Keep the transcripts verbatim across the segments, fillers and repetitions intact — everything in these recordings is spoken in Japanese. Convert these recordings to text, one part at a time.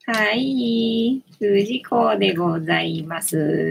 はい、藤子でございます。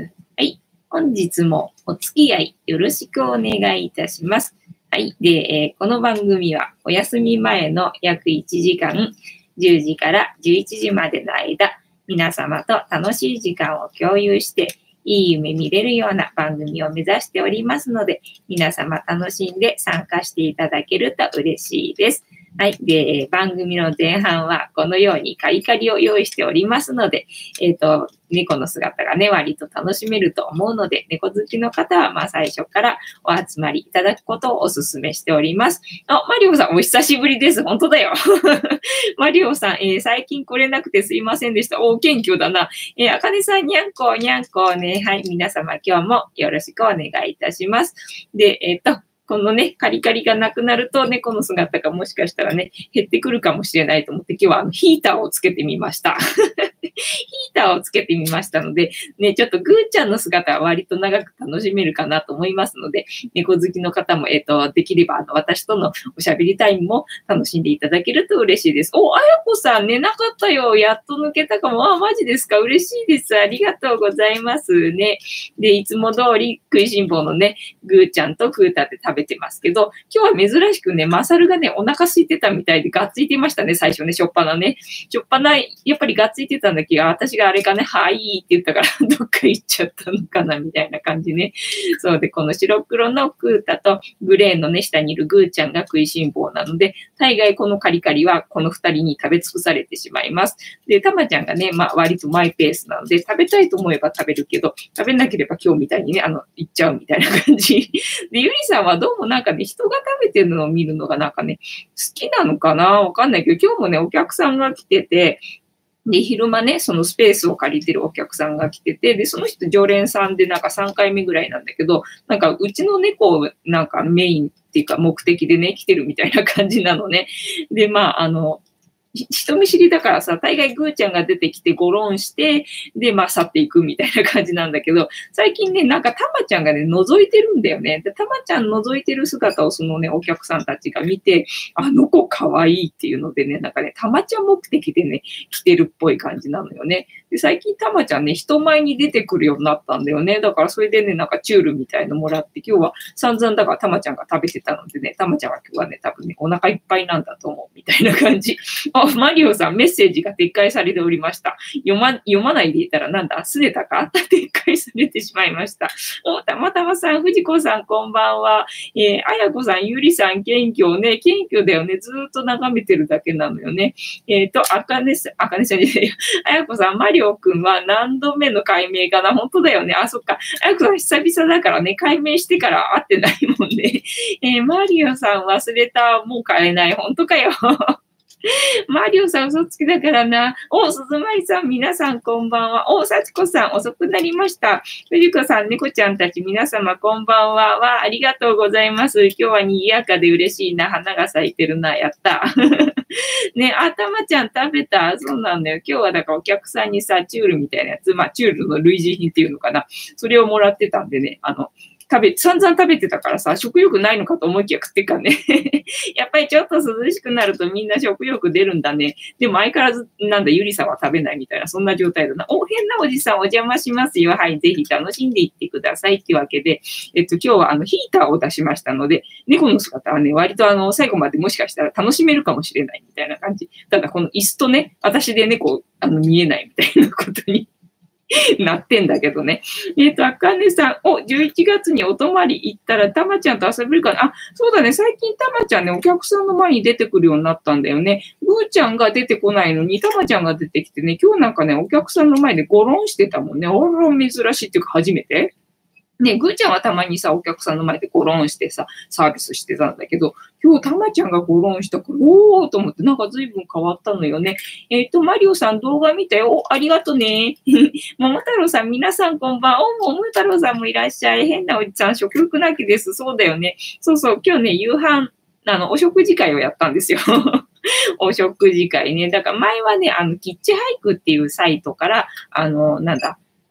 はい、本日もお付き合いよろしくお願いいたします。はい、で、えー、この番組はお休み前の約いちじかん、じゅうじからじゅういちじまでの間、皆様と楽しい時間を共有して、いい夢見れるような番組を目指しておりますので、皆様楽しんで参加していただけると嬉しいです。はい。で、番組の前半はこのようにカリカリを用意しておりますので、えっと、猫の姿がね、割と楽しめると思うので、猫好きの方は、まあ最初からお集まりいただくことをお勧めしております。あ、マリオさんお久しぶりです。本当だよ。マリオさん、えー、最近来れなくてすいませんでした。お、謙虚だな。えー、あかねさん、にゃんこ、にゃんこね。はい。皆様今日もよろしくお願いいたします。で、えっと、このね、カリカリがなくなると猫の姿がもしかしたらね、減ってくるかもしれないと思って、今日はあのヒーターをつけてみました。ヒーターをつけてみましたので、ね、ちょっとグーちゃんの姿は割と長く楽しめるかなと思いますので、猫好きの方も、えっと、できればあの私とのおしゃべりタイムも楽しんでいただけると嬉しいです。お、あやこさん寝なかったよ。やっと抜けたかも。あ、マジですか。嬉しいです。ありがとうございますね。で、いつも通り食いしん坊のね、グーちゃんとクータで食べてますけど、今日は珍しくね、マサルがね、お腹空いてたみたいでがっついていましたね、最初ね、しょっぱなね。しょっぱな、やっぱりがっついてたんだけど、私があれかね、はいって言ったから、どっか行っちゃったのかな、みたいな感じね。そうで、この白黒のクータとグレーのね、下にいるグーちゃんが食いしん坊なので、大概このカリカリはこの二人に食べ尽くされてしまいます。で、たまちゃんがね、まあ割とマイペースなので、食べたいと思えば食べるけど、食べなければ今日みたいにね、あの、行っちゃうみたいな感じ。で、ゆりさんはどうもなんかね、人が食べてるのを見るのがなんかね、好きなのかなわかんないけど、今日もね、お客さんが来てて、で、昼間ね、そのスペースを借りてるお客さんが来てて、で、その人常連さんでなんかさんかいめぐらいなんだけど、なんかうちの猫をなんかメインっていうか目的でね、来てるみたいな感じなのね。で、まあ、あの、人見知りだからさ、大概グーちゃんが出てきてゴロンして、で、まあ去っていくみたいな感じなんだけど、最近ね、なんかたまちゃんがね、覗いてるんだよね。で、たまちゃん覗いてる姿をそのね、お客さんたちが見て、あの子可愛いっていうのでね、なんかね、たまちゃん目的でね、来てるっぽい感じなのよね。で、最近たまちゃんね、人前に出てくるようになったんだよね。だからそれでね、なんかチュールみたいのもらって、今日は散々だからたまちゃんが食べてたのでね、たまちゃんは今日はね、多分ね、お腹いっぱいなんだと思うみたいな感じ。あ、マリオさん、メッセージが撤回されておりました。読ま、読まないでいたらなんだ、すねたか撤回されてしまいました。お、たまたまさん、藤子さん、こんばんは。えー、あやこさん、ゆりさん、謙虚ね、謙虚だよね。ずーっと眺めてるだけなのよね。えっ、ー、と、あかねさん、あかねさんじゃないよ。あやこさん、マリオくんは何度目の解明かな本当だよね。あ、そっか。あやこさん、久々だからね、解明してから会ってないもんね。えー、マリオさん、忘れた。もう買えない。本当かよ。マリオさん嘘つきだからな。お、鈴まりさん、皆さんこんばんは。お、幸子さん、遅くなりました。藤子さん、猫ちゃんたち、皆様こんばんは。わ、ありがとうございます。今日は賑やかで嬉しいな。花が咲いてるな。やった。ね、あ、たまちゃん食べた。そうなんだよ。今日はだからお客さんにさ、チュールみたいなやつ、まあ、チュールの類似品っていうのかな。それをもらってたんでね、あの、食べ、散々食べてたからさ、食欲ないのかと思いきや食ってっからね。やっぱりちょっと涼しくなるとみんな食欲出るんだね。でも相変わらず、なんだ、ゆりさんは食べないみたいな、そんな状態だな。お、変なおじさんお邪魔しますよ。はい、ぜひ楽しんでいってください。っていうわけで、えっと、今日はあの、ヒーターを出しましたので、猫の姿はね、割とあの、最後までもしかしたら楽しめるかもしれないみたいな感じ。ただ、この椅子とね、私で猫、あの、見えないみたいなことになってんだけどね。えっ、ー、と、あかねさん、お、じゅういちがつにお泊まり行ったら、たまちゃんと遊べるかなあ、そうだね。最近たまちゃんね、お客さんの前に出てくるようになったんだよね。ぐーちゃんが出てこないのに、たまちゃんが出てきてね、今日なんかね、お客さんの前でゴロンしてたもんね。おろん珍しいっていうか初めて。ね、ぐーちゃんはたまにさ、お客さんの前でゴロンしてさ、サービスしてたんだけど、今日たまちゃんがゴロンしたから、おーと思って、なんか随分変わったのよね。えっ、ー、と、マリオさん動画見たよ。お、ありがとね。桃太郎さん、皆さんこんばんは。お、桃太郎さんもいらっしゃい。変なおじさん、食欲なきです。そうだよね。そうそう、今日ね、夕飯、あの、お食事会をやったんですよ。お食事会ね。だから前はね、あの、キッチハイクっていうサイトから、あの、なんだ、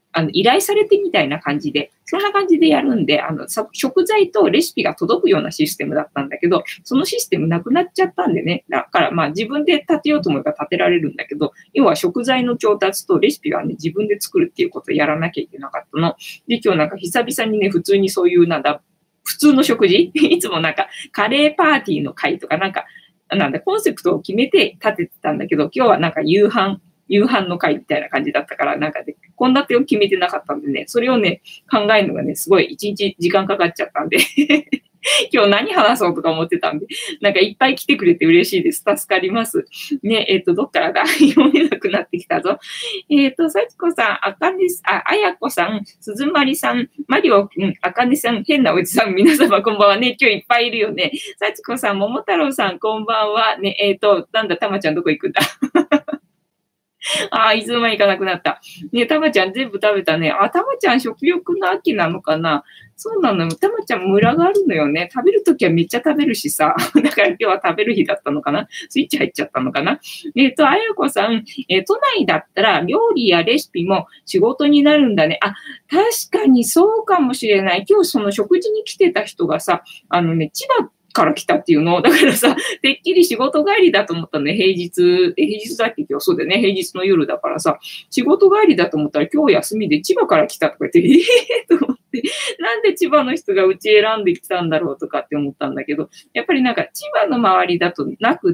あの、依頼されてみたいな感じで、そんな感じでやるんで、あの、食材とレシピが届くようなシステムだったんだけど、そのシステムなくなっちゃったんでね。だからまあ自分で立てようと思えば立てられるんだけど、要は食材の調達とレシピはね、自分で作るっていうことをやらなきゃいけなかったの。で、今日なんか久々にね、普通にそういうなんだ、普通の食事いつもなんかカレーパーティーの会とかなんか、なんだ、コンセプトを決めて立ててたんだけど、今日はなんか夕飯、夕飯の会みたいな感じだったから、なんかね、献立を決めてなかったんでね、それをね、考えるのがね、すごい一日時間かかっちゃったんで今日何話そうとか思ってたんで、なんかいっぱい来てくれて嬉しいです。助かります。ね、えっ、ー、と、どっからだ読めなくなってきたぞ。えっ、ー、と、さちこさん、あかね、あ、あやこさん、すずまりさん、マリオくん、あかねさん、変なおじさん、皆様こんばんはね。今日いっぱいいるよね。さちこさん、もも太郎さん、こんばんは。ね、えっ、ー、と、なんだ、たまちゃんどこ行くんだああ、いつの間に行かなくなった。ねたまちゃん全部食べたね。あ、たまちゃん食欲の秋なのかな。そうなのよ。たまちゃんムラがあるのよね。食べるときはめっちゃ食べるしさ。だから今日は食べる日だったのかな。スイッチ入っちゃったのかな。えっ、ー、と、あやこさん、えー、都内だったら料理やレシピも仕事になるんだね。あ、確かにそうかもしれない。今日その食事に来てた人がさ、あのね、千葉から来たっていうの。だからさ、てっきり仕事帰りだと思ったね。平日、平日だっけ今日そうだよね。平日の夜だからさ、仕事帰りだと思ったら今日休みで千葉から来たとか言って、ええー、と思って、なんで千葉の人がうち選んできたんだろうとかって思ったんだけど、やっぱりなんか千葉の周りだとなくって、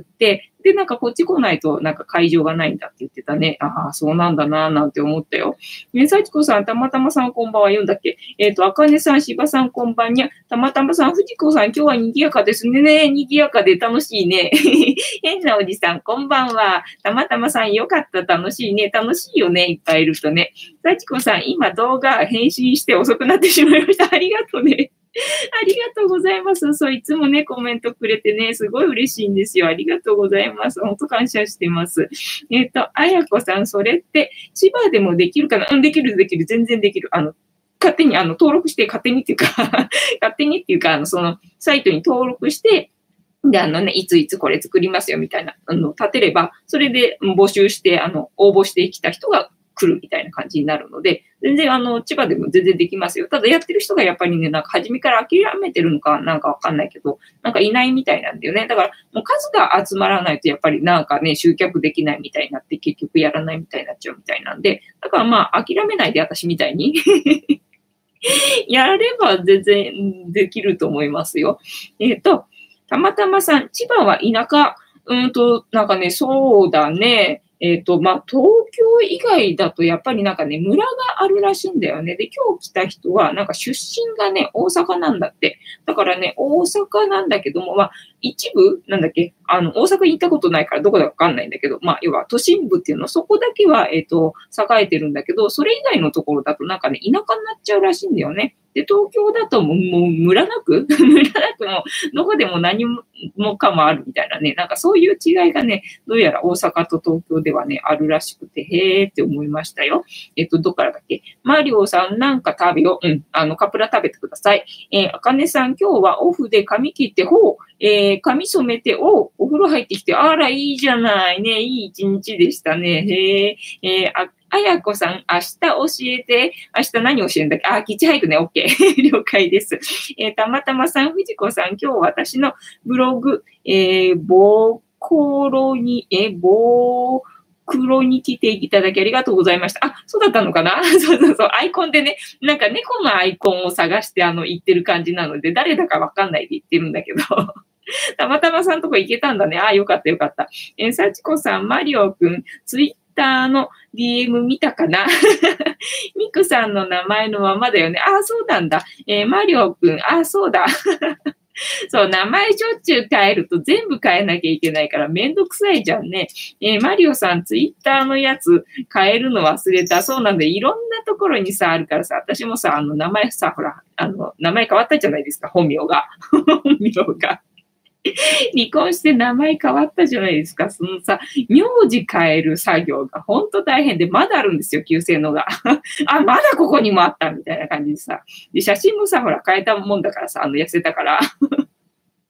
で、なんかこっち来ないとなんか会場がないんだって言ってたね。ああ、そうなんだなぁなんて思ったよ。ね、さちこさん、たまたまさんこんばんは言うんだっけ。えっ、ー、と、あかねさん、しばさんこんばんにゃ。たまたまさん、ふじこさん、今日は賑やかですね。ね、賑やかで楽しいね。変なおじさん、こんばんは。たまたまさん、よかった、楽しいね。楽しいよね、いっぱいいるとね。さちこさん、今動画返信して遅くなってしまいました。ありがとうね。ありがとうございます。そう、いつもね、コメントくれてね、すごい嬉しいんですよ。ありがとうございます。本当感謝してます。えっ、ー、と、あやこさん、それって、千葉でもできるかな。うん、できる、できる。全然できる。あの、勝手に、あの、登録して、勝手にっていうか勝手にっていうか、あの、その、サイトに登録して、で、あのね、いついつこれ作りますよ、みたいな、あの、立てれば、それで募集して、あの、応募してきた人が来るみたいな感じになるので、全然あの、千葉でも全然できますよ。ただやってる人がやっぱりね、なんか初めから諦めてるのかなんかわかんないけど、なんかいないみたいなんだよね。だからもう数が集まらないとやっぱりなんかね、集客できないみたいになって結局やらないみたいになっちゃうみたいなんで、だからまあ諦めないで私みたいにやれば全然できると思いますよ。えっと、たまたまさん、千葉は田舎、うんと、なんかね、そうだね。えっと、まあ、東京以外だとやっぱりなんかね、村があるらしいんだよね。で、今日来た人はなんか出身がね、大阪なんだって。だからね、大阪なんだけども、まあ、一部、なんだっけ、あの、大阪に行ったことないからどこだかわかんないんだけど、まあ、要は都心部っていうの、そこだけは、えっと、栄えてるんだけど、それ以外のところだとなんかね、田舎になっちゃうらしいんだよね。で、東京だともう、もう村なく村なくも、どこでも何もかもあるみたいなね、なんかそういう違いがね、どうやら大阪と東京ではね、あるらしくて、へーって思いましたよ。えっと、どっからだっけマリオさんなんか食べよう。うん、あの、カプラ食べてください。えー、あかねさん今日はオフで髪切って、ほう、えー、髪染めて、おお風呂入ってきて、あら、いいじゃないね。いい一日でしたね。へー、えー、あ、あやこさん、明日教えて。明日何教えるんだっけあ、キッチハイクね。オッケー。了解です。えー、たまたまさん、藤子さん、今日私のブログ、えー、ボーコロに、え、ボー黒に来ていただきありがとうございました。あ、そうだったのかなそうそうそう。アイコンでね、なんか猫のアイコンを探してあの言ってる感じなので、誰だかわかんないで言ってるんだけど。たまたまさんとこ行けたんだね。あ、よかったよかった。えー、さちこさん、マリオくん、ツイッターの ディーエム 見たかなミクさんの名前のままだよね。あ、そうなんだ。えー、マリオくん、あ、そうだ。そう、名前しょっちゅう変えると全部変えなきゃいけないからめんどくさいじゃんね。えー、マリオさん、ツイッターのやつ変えるの忘れた。そうなんで、いろんなところにさ、あるからさ、私もさ、あの、名前さ、ほら、あの、名前変わったじゃないですか、本名が。本名が。離婚して名前変わったじゃないですか。そのさ、名字変える作業が本当大変で、まだあるんですよ、旧姓のが。あ、まだここにもあったみたいな感じでさ。で、写真もさ、ほら、変えたもんだからさ、あの、痩せたから。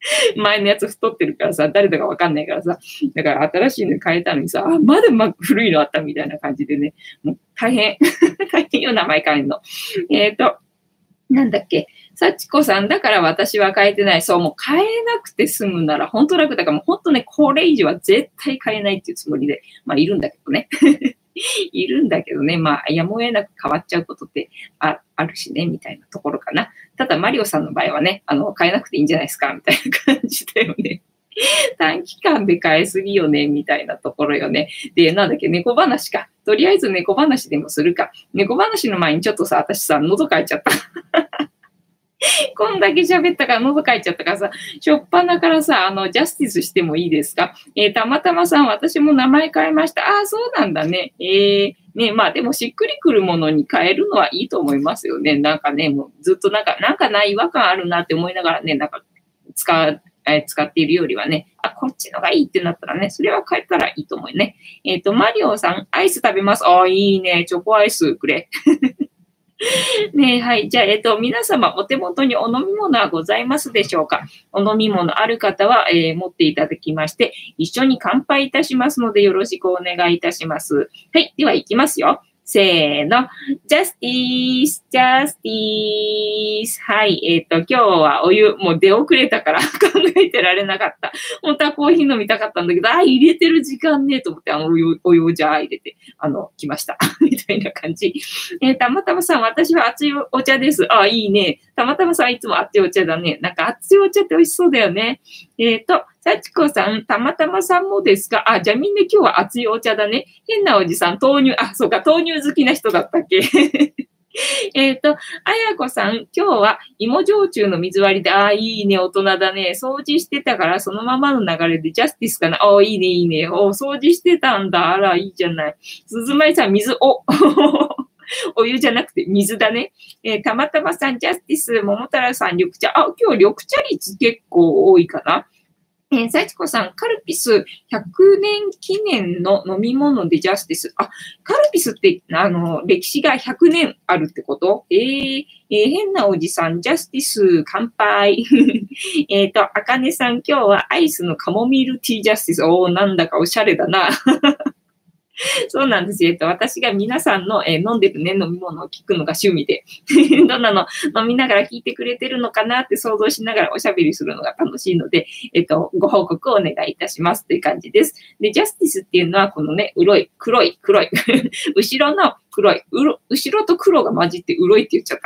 前のやつ太ってるからさ、誰だかわかんないからさ、だから新しいの変えたのにさ、あ、まだま古いのあったみたいな感じでね、もう大変、大変よ、名前変えるの。えっと、なんだっけ、幸子さんだから私は変えてない。そう、もう変えなくて済むなら本当楽だから、もう本当ね、これ以上は絶対変えないっていうつもりで、まあいるんだけどね。いるんだけどね、まあ、やむを得なく変わっちゃうことってああるしね、みたいなところかな。ただ、マリオさんの場合はね、あの、変えなくていいんじゃないですか、みたいな感じだよね。短期間で変えすぎよね、みたいなところよね。で、なんだっけ、猫話か。とりあえず猫話でもするか。猫話の前にちょっとさ、私さ、喉かいちゃった。こんだけ喋ったから喉かいちゃったからさ、しょっぱなからさ、あの、ジャスティスしてもいいですか？えー、たまたまさん、私も名前変えました。ああ、そうなんだね。えー、ね、まあでもしっくりくるものに変えるのはいいと思いますよね。なんかね、もうずっとなんか、なんかない違和感あるなって思いながらね、なんか使う、えー、使っているよりはね、あ、こっちのがいいってなったらね、それは変えたらいいと思うね。えっ、ー、と、マリオさん、アイス食べます。ああ、いいね。チョコアイスくれ。ね、はい。じゃあ、えっと、皆様、お手元にお飲み物はございますでしょうか？お飲み物ある方は、えー、持っていただきまして、一緒に乾杯いたしますので、よろしくお願いいたします。はい。では、いきますよ。せーの。ジャスティース、ジャスティース。はい。えっと、今日はお湯、もう出遅れたから考えてられなかった。本当はコーヒー飲みたかったんだけど、あ、入れてる時間ね、と思って、あの、お湯、お湯をじゃあ入れて、あの、来ました。みたいな感じ。えー、たまたまさん、私は熱いお茶です。あ、いいね。たまたまさん、いつも熱いお茶だね。なんか熱いお茶って美味しそうだよね。えっと、幸子さん、たまたまさんもですか？あ、じゃあみんな今日は熱いお茶だね。変なおじさん、豆乳、あ、そうか、豆乳好きな人だったっけ？えっと、あやこさん、今日は芋焼酎の水割りで、ああ、いいね、大人だね。掃除してたから、そのままの流れでジャスティスかな。ああ、いいね、いいね。お掃除してたんだ。あら、いいじゃない。鈴舞さん、水、おお湯じゃなくて水だね。えー、たまたまさん、ジャスティス、桃太郎さん、緑茶。あ、今日緑茶率結構多いかな。えー、幸子さん、カルピスひゃくねん記念の飲み物でジャスティス。あ、カルピスって、あの、歴史がひゃくねんあるってこと？えー、えー、変なおじさん、ジャスティス、乾杯。えっと、あかねさん、今日はアイスのカモミールティージャスティス。おー、なんだかおしゃれだな。そうなんですよ。えっと、私が皆さんの、えー、飲んでるね、飲み物を聞くのが趣味で、どんなの飲みながら聞いてくれてるのかなって想像しながらおしゃべりするのが楽しいので、えっと、ご報告をお願いいたしますという感じです。で、ジャスティスっていうのは、このね、うろい、黒い、黒い、後ろの黒い、うろ、後ろと黒が混じってうろいって言っちゃった。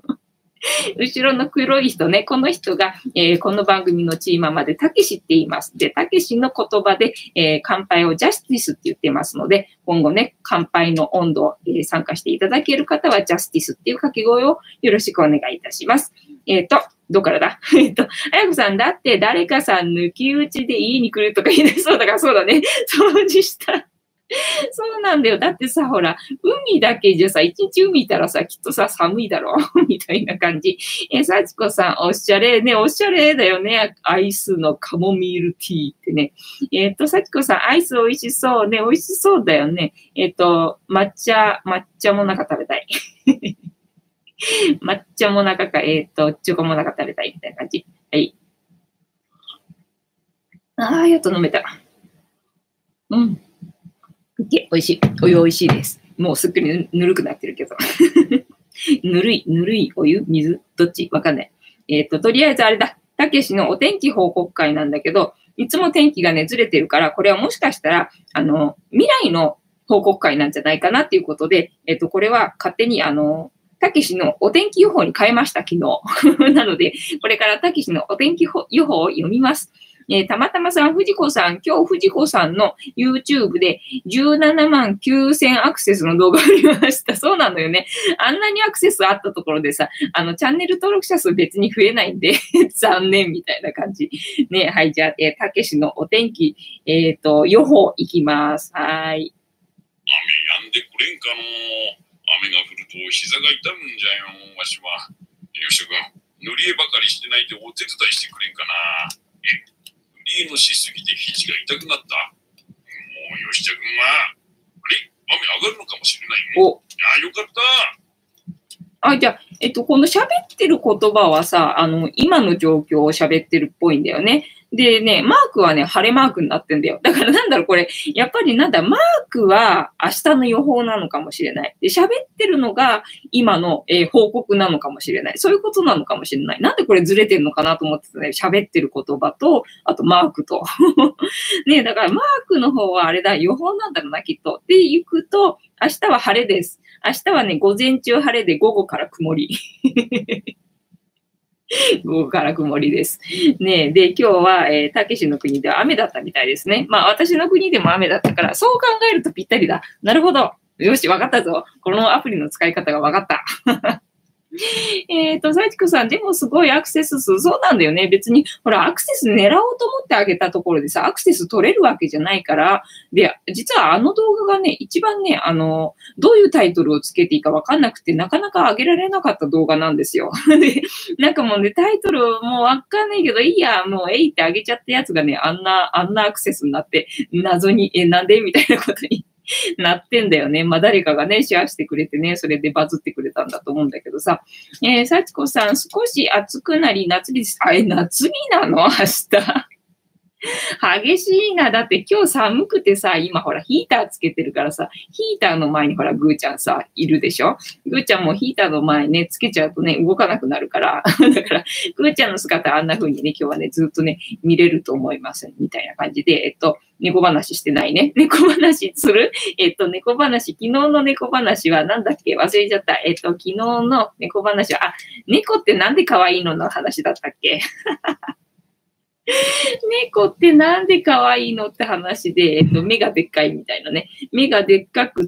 後ろの黒い人ね、この人が、えー、この番組のチーママでたけしって言います。で、たけしの言葉で、えー、乾杯をジャスティスって言ってますので、今後ね、乾杯の温度を、えー、参加していただける方はジャスティスっていう掛け声をよろしくお願いいたします。えっと、どっからだえっと、あやこさん、だって誰かさん抜き打ちで家に来るとか言い出そうだから、そうだね。掃除した。そうなんだよ。だってさ、ほら、海だけじゃさ、一日海いたらさ、きっとさ、寒いだろみたいな感じ。え、幸子さん、おしゃれね、おしゃれだよね。アイスのカモミールティーってね。えっと、幸子さん、アイス美味しそうね。美味しそうだよね。えっと、抹茶、抹茶もなんか食べたい。抹茶もなんかか、えっと、チョコもなんか食べたいみたいな感じ。はい。ああ、やっと飲めた。うん。美味しい。お湯美味しいです。もうすっかりぬるくなってるけど。ぬるい、ぬるいお湯水どっちわかんない。えっと、とりあえずあれだ。たけしのお天気報告会なんだけど、いつも天気がね、ずれてるから、これはもしかしたら、あの、未来の報告会なんじゃないかなっていうことで、えっと、これは勝手に、あの、たけしのお天気予報に変えました、昨日。なので、これからたけしのお天気予報を読みます。えー、たまたまさん、藤子さん、今日藤子さんの YouTube でじゅうななまんきゅうせんアクセスの動画を見ました。そうなのよね。あんなにアクセスあったところでさ、あの、チャンネル登録者数別に増えないんで、残念みたいな感じ。ね、はい、じゃあ、えー、たけしのお天気、えっと、予報いきます。はい。 雨止んでくれんかの。雨が降ると膝が痛むんじゃよ、わしは。よしょくん、塗り絵ばかりしてないでお手伝いしてくれんかな。え塗り絵のしすぎて肘が痛くなった。もう、よしちゃくんは、あれ雨上がるのかもしれないよ。 おああ、よかった。 あ、じゃあ、 えっと、この喋ってる言葉はさ、あの、今の状況を喋ってるっぽいんだよね。でね、マークはね、晴れマークになってんだよ。だからなんだろう、これ、やっぱりなんだ、マークは明日の予報なのかもしれない。で、喋ってるのが今の、えー報告なのかもしれない。そういうことなのかもしれない。なんでこれずれてんのかなと思ってたね。喋ってる言葉と、あとマークと。ね、だからマークの方はあれだ、予報なんだろうな、きっと。で、行くと、明日は晴れです。明日はね、午前中晴れで午後から曇り。午後から曇りです。ねで、今日は、えー、たけしの国では雨だったみたいですね。まあ、私の国でも雨だったから、そう考えるとぴったりだ。なるほど。よし、わかったぞ。このアプリの使い方がわかった。えっと、幸子さん、でもすごいアクセス数、そうなんだよね。別に、ほら、アクセス狙おうと思ってあげたところでさ、アクセス取れるわけじゃないから、で、実はあの動画がね、一番ね、あの、どういうタイトルをつけていいかわかんなくて、なかなか上げられなかった動画なんですよ。で、なんかもうね、タイトルもうわかんないけど、いいや、もうえいって上げちゃったやつがね、あんな、あんなアクセスになって、謎に、え、なんでみたいなことになってんだよね。まあ誰かがね、シェアしてくれてね、それでバズってくれたんだと思うんだけどさ。えー、幸子さん、少し暑くなり夏日です。あれ、夏日なの明日。激しいな。だって今日寒くてさ、今ほらヒーターつけてるからさ、ヒーターの前にほらグーちゃんさ、いるでしょ。グーちゃんもヒーターの前ね、つけちゃうとね、動かなくなるから。だから、グーちゃんの姿あんな風にね、今日はね、ずっとね、見れると思います。みたいな感じで、えっと、猫話してないね。猫話するえっと、猫話、昨日の猫話はなんだっけ忘れちゃった。えっと、昨日の猫話は、あ、猫ってなんで可愛いのの話だったっけ猫ってなんで可愛いのって話で、えっと、目がでっかいみたいなね。目がでっかくって、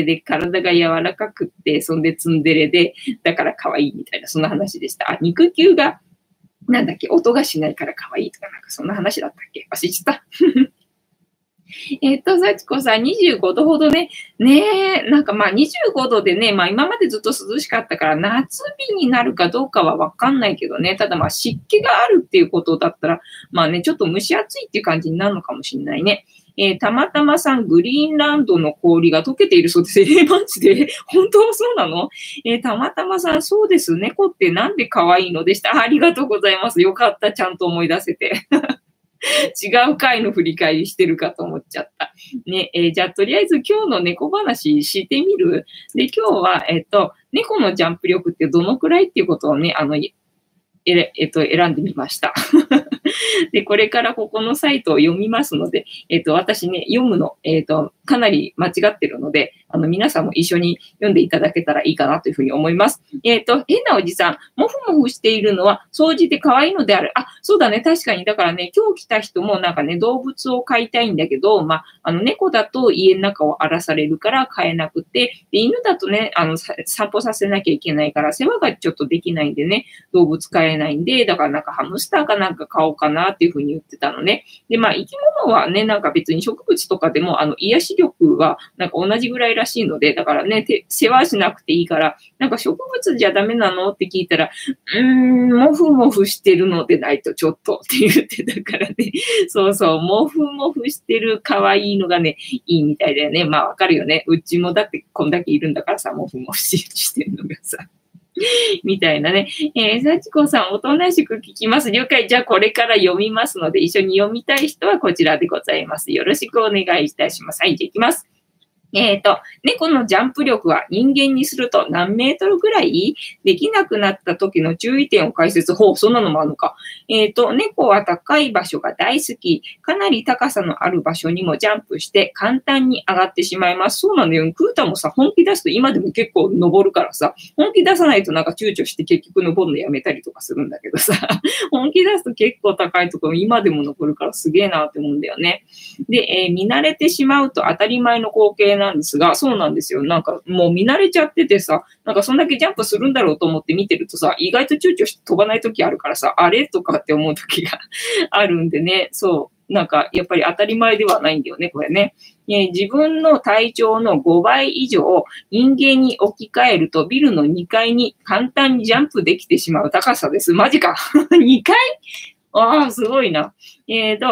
で、体が柔らかくって、そんでツンデレで、だから可愛いみたいな、そんな話でした。あ、肉球が、なんだっけ、音がしないから可愛いとか、なんかそんな話だったっけ忘れちゃった。えっと、幸子さん、にじゅうごどほどね。ねえ、なんかまあにじゅうごどでね、まあ今までずっと涼しかったから夏日になるかどうかはわかんないけどね。ただまあ湿気があるっていうことだったら、まあね、ちょっと蒸し暑いっていう感じになるのかもしれないね。えー、たまたまさん、グリーンランドの氷が溶けているそうです。えー、マジで本当はそうなの？えー、たまたまさん、そうです。猫ってなんで可愛いのでした？ありがとうございます。よかった。ちゃんと思い出せて。違う回の振り返りしてるかと思っちゃった。ね、えーじゃあとりあえず今日の猫話してみる？で、今日は、えっと、猫のジャンプ力ってどのくらいっていうことをね、あの、えれえっと、選んでみました。で、これからここのサイトを読みますので、えっと、私ね、読むの、えっと、かなり間違ってるので、あの、皆さんも一緒に読んでいただけたらいいかなというふうに思います。えっと、変なおじさん、もふもふしているのは、総じて可愛いのである。あ、そうだね、確かに。だからね、今日来た人もなんかね、動物を飼いたいんだけど、まあ、あの、猫だと家の中を荒らされるから飼えなくて、で、犬だとね、あの、さ散歩させなきゃいけないから、世話がちょっとできないんでね、動物飼えないんで、だからなんかハムスターかなんか買おうかなっていうふうに言ってたのね。で、まあ、生き物はね、なんか別に植物とかでも、あの、癒し力はなんか同じぐらいらしいので、だからね、て世話しなくていいから、なんか植物じゃダメなのって聞いたら、うーん、もふもふしてるのでないとちょっとって言ってたからね。そうそう、もふもふしてる可愛いのがね、いいみたいだよね。まあわかるよね。うちもだってこんだけいるんだからさ、もふもふしてるのがさ。みたいなね。えー、幸子さん、おとなしく聞きます。了解。じゃあ、これから読みますので、一緒に読みたい人はこちらでございます。よろしくお願いいたします。はい、じゃあ、いきます。えっと、猫のジャンプ力は人間にすると何メートルぐらい？できなくなった時の注意点を解説。ほう、そんなのもあるのか。えっと、猫は高い場所が大好き。かなり高さのある場所にもジャンプして簡単に上がってしまいます。そうなんだよ。クータもさ、本気出すと今でも結構登るからさ、本気出さないとなんか躊躇して結局登るのやめたりとかするんだけどさ、本気出すと結構高いところ今でも登るからすげえなって思うんだよね。で、えー見慣れてしまうと当たり前の光景なんですが、そうなんですよ。なんかもう見慣れちゃっててさ、なんかそんだけジャンプするんだろうと思って見てるとさ、意外と躊躇して飛ばない時あるからさ、あれとかって思う時があるんでね、そう。なんかやっぱり当たり前ではないんだよね、これね。えー自分の体長のごばい以上人間に置き換えるとビルのにかいに簡単にジャンプできてしまう高さです。マジか。にかいああ、すごいな。えーと、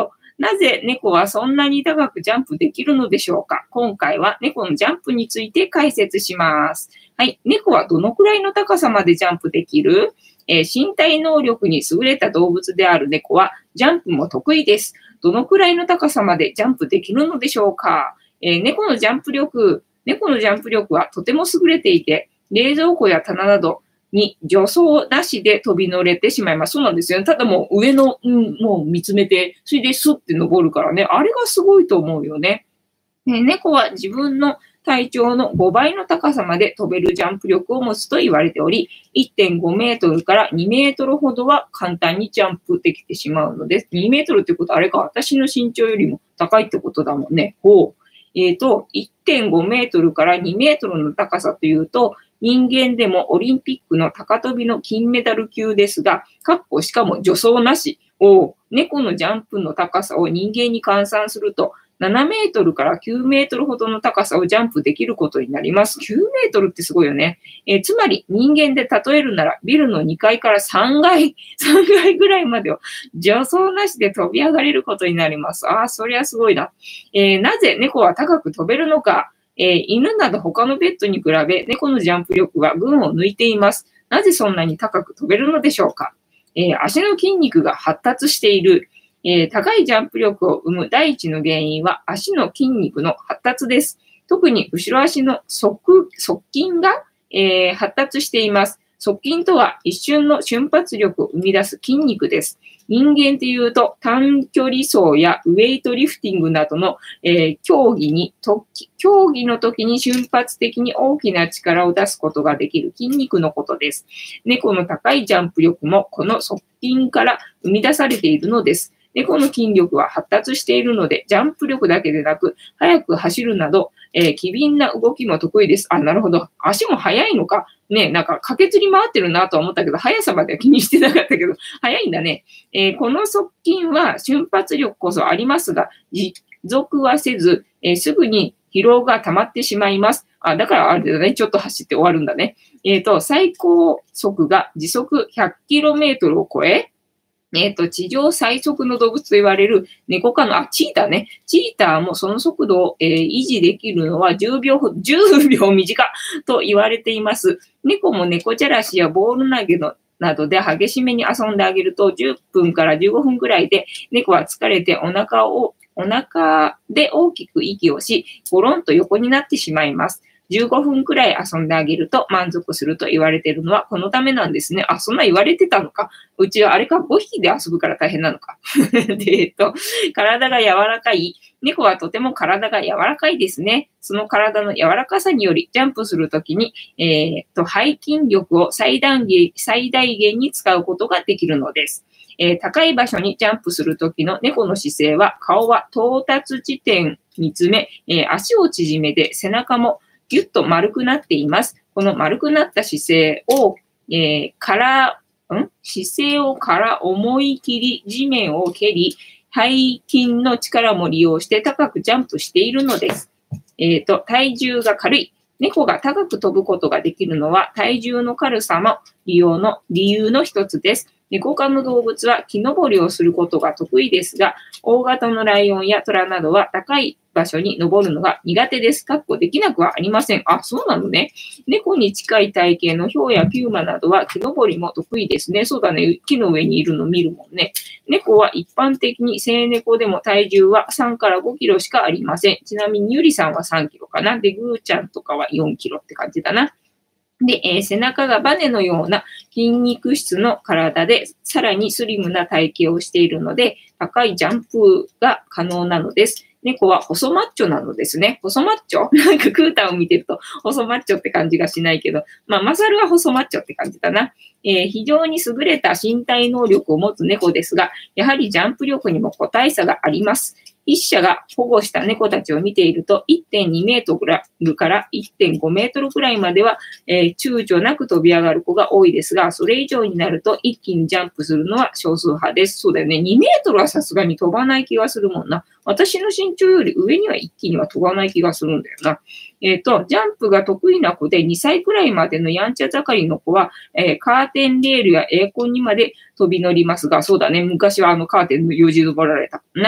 なぜ猫はそんなに高くジャンプできるのでしょうか？今回は猫のジャンプについて解説します。はい。猫はどのくらいの高さまでジャンプできる？えー、身体能力に優れた動物である猫はジャンプも得意です。どのくらいの高さまでジャンプできるのでしょうか？えー、猫のジャンプ力、猫のジャンプ力はとても優れていて、冷蔵庫や棚などに助走なしで飛び乗れてしまいます。そうなんですよね。ただもう上の、うん、もう見つめて、それでスッて登るからね。あれがすごいと思うよね。ね、猫は自分の体長のごばいの高さまで飛べるジャンプ力を持つと言われており、いってんごメートルからにメートルほどは簡単にジャンプできてしまうのです。にメートルってことはあれか、私の身長よりも高いってことだもんね。ほう。えっと、いってんごメートルからにメートルの高さというと、人間でもオリンピックの高跳びの金メダル級ですが、かっこしかも助走なし。お猫のジャンプの高さを人間に換算すると、ななメートルからきゅうメートルほどの高さをジャンプできることになります。きゅうメートルってすごいよね。えー、つまり人間で例えるならビルのにかいからさんがい、さんがいぐらいまでを助走なしで飛び上がれることになります。ああ、そりゃすごいな。えー、なぜ猫は高く飛べるのか。えー、犬など他のペットに比べ猫のジャンプ力は群を抜いています。なぜそんなに高く飛べるのでしょうか。えー、足の筋肉が発達している。えー、高いジャンプ力を生む第一の原因は足の筋肉の発達です。特に後ろ足の側、側筋が、えー、発達しています。側筋とは一瞬の瞬発力を生み出す筋肉です。人間でいうと短距離走やウェイトリフティングなどの、えー、競技にと、競技の時に瞬発的に大きな力を出すことができる筋肉のことです。猫の高いジャンプ力もこの側筋から生み出されているのです。猫の筋力は発達しているので、ジャンプ力だけでなく、速く走るなど、えー、機敏な動きも得意です。あ、なるほど。足も速いのか。ね、なんか駆けずり回ってるなとは思ったけど、速さまでは気にしてなかったけど、速いんだね。えー、この側筋は瞬発力こそありますが、持続はせず、えー、すぐに疲労が溜まってしまいます。あ、だからあれだね。ちょっと走って終わるんだね。えっと、最高速が時速 ひゃくキロメートル を超え、えっと、地上最速の動物と言われる猫科の、あ、チーターね。チーターもその速度を、えー、維持できるのはじゅうびょうほど、じゅうびょう短と言われています。猫も猫じゃらしやボール投げのなどで激しめに遊んであげるとじゅっぷんからじゅうごふんくらいで猫は疲れてお腹を、お腹で大きく息をし、ゴロンと横になってしまいます。じゅうごふんくらい遊んであげると満足すると言われているのはこのためなんですね。あ、そんな言われてたのか。うちはあれか、ごひきで遊ぶから大変なのか。で、えっと、体が柔らかい。猫はとても体が柔らかいですね。その体の柔らかさにより、ジャンプするときに、えー、っと、背筋力を最大限、最大限に使うことができるのです。えー、高い場所にジャンプするときの猫の姿勢は、顔は到達地点に詰め、えー、足を縮めて背中もぎゅっと丸くなっています。この丸くなった姿勢を、えー、から、ん姿勢をから思い切り地面を蹴り、背筋の力も利用して高くジャンプしているのです。えっと、体重が軽い。猫が高く飛ぶことができるのは体重の軽さも利用の理由の一つです。猫科の動物は木登りをすることが得意ですが、大型のライオンやトラなどは高い場所に登るのが苦手です。かっこできなくはありません。あ、そうなのね。猫に近い体型のヒョウやピューマなどは木登りも得意ですね。そうだね。木の上にいるの見るもんね。猫は一般的に成猫でも体重はさんからごキロしかありません。ちなみにゆりさんはさんキロかな。で、ぐーちゃんとかはよんキロって感じだな。で、えー、背中がバネのような筋肉質の体で、さらにスリムな体型をしているので、高いジャンプが可能なのです。猫は細マッチョなのですね。細マッチョなんかクーターを見てると細マッチョって感じがしないけど、まあ、マサルは細マッチョって感じだな。えー、非常に優れた身体能力を持つ猫ですが、やはりジャンプ力にも個体差があります。一社が保護した猫たちを見ていると いってんにメートルから いってんごメートルくらいまでは、えー、躊躇なく飛び上がる子が多いですが、それ以上になると一気にジャンプするのは少数派です。そうだよね。にメートルはさすがに飛ばない気がするもんな。私の身長より上には一気には飛ばない気がするんだよな。えっと、ジャンプが得意な子でにさいくらいまでのやんちゃ盛りの子は、えー、カーテンレールやエアコンにまで飛び乗りますが、そうだね。昔はあのカーテンのよじ登られたもんね。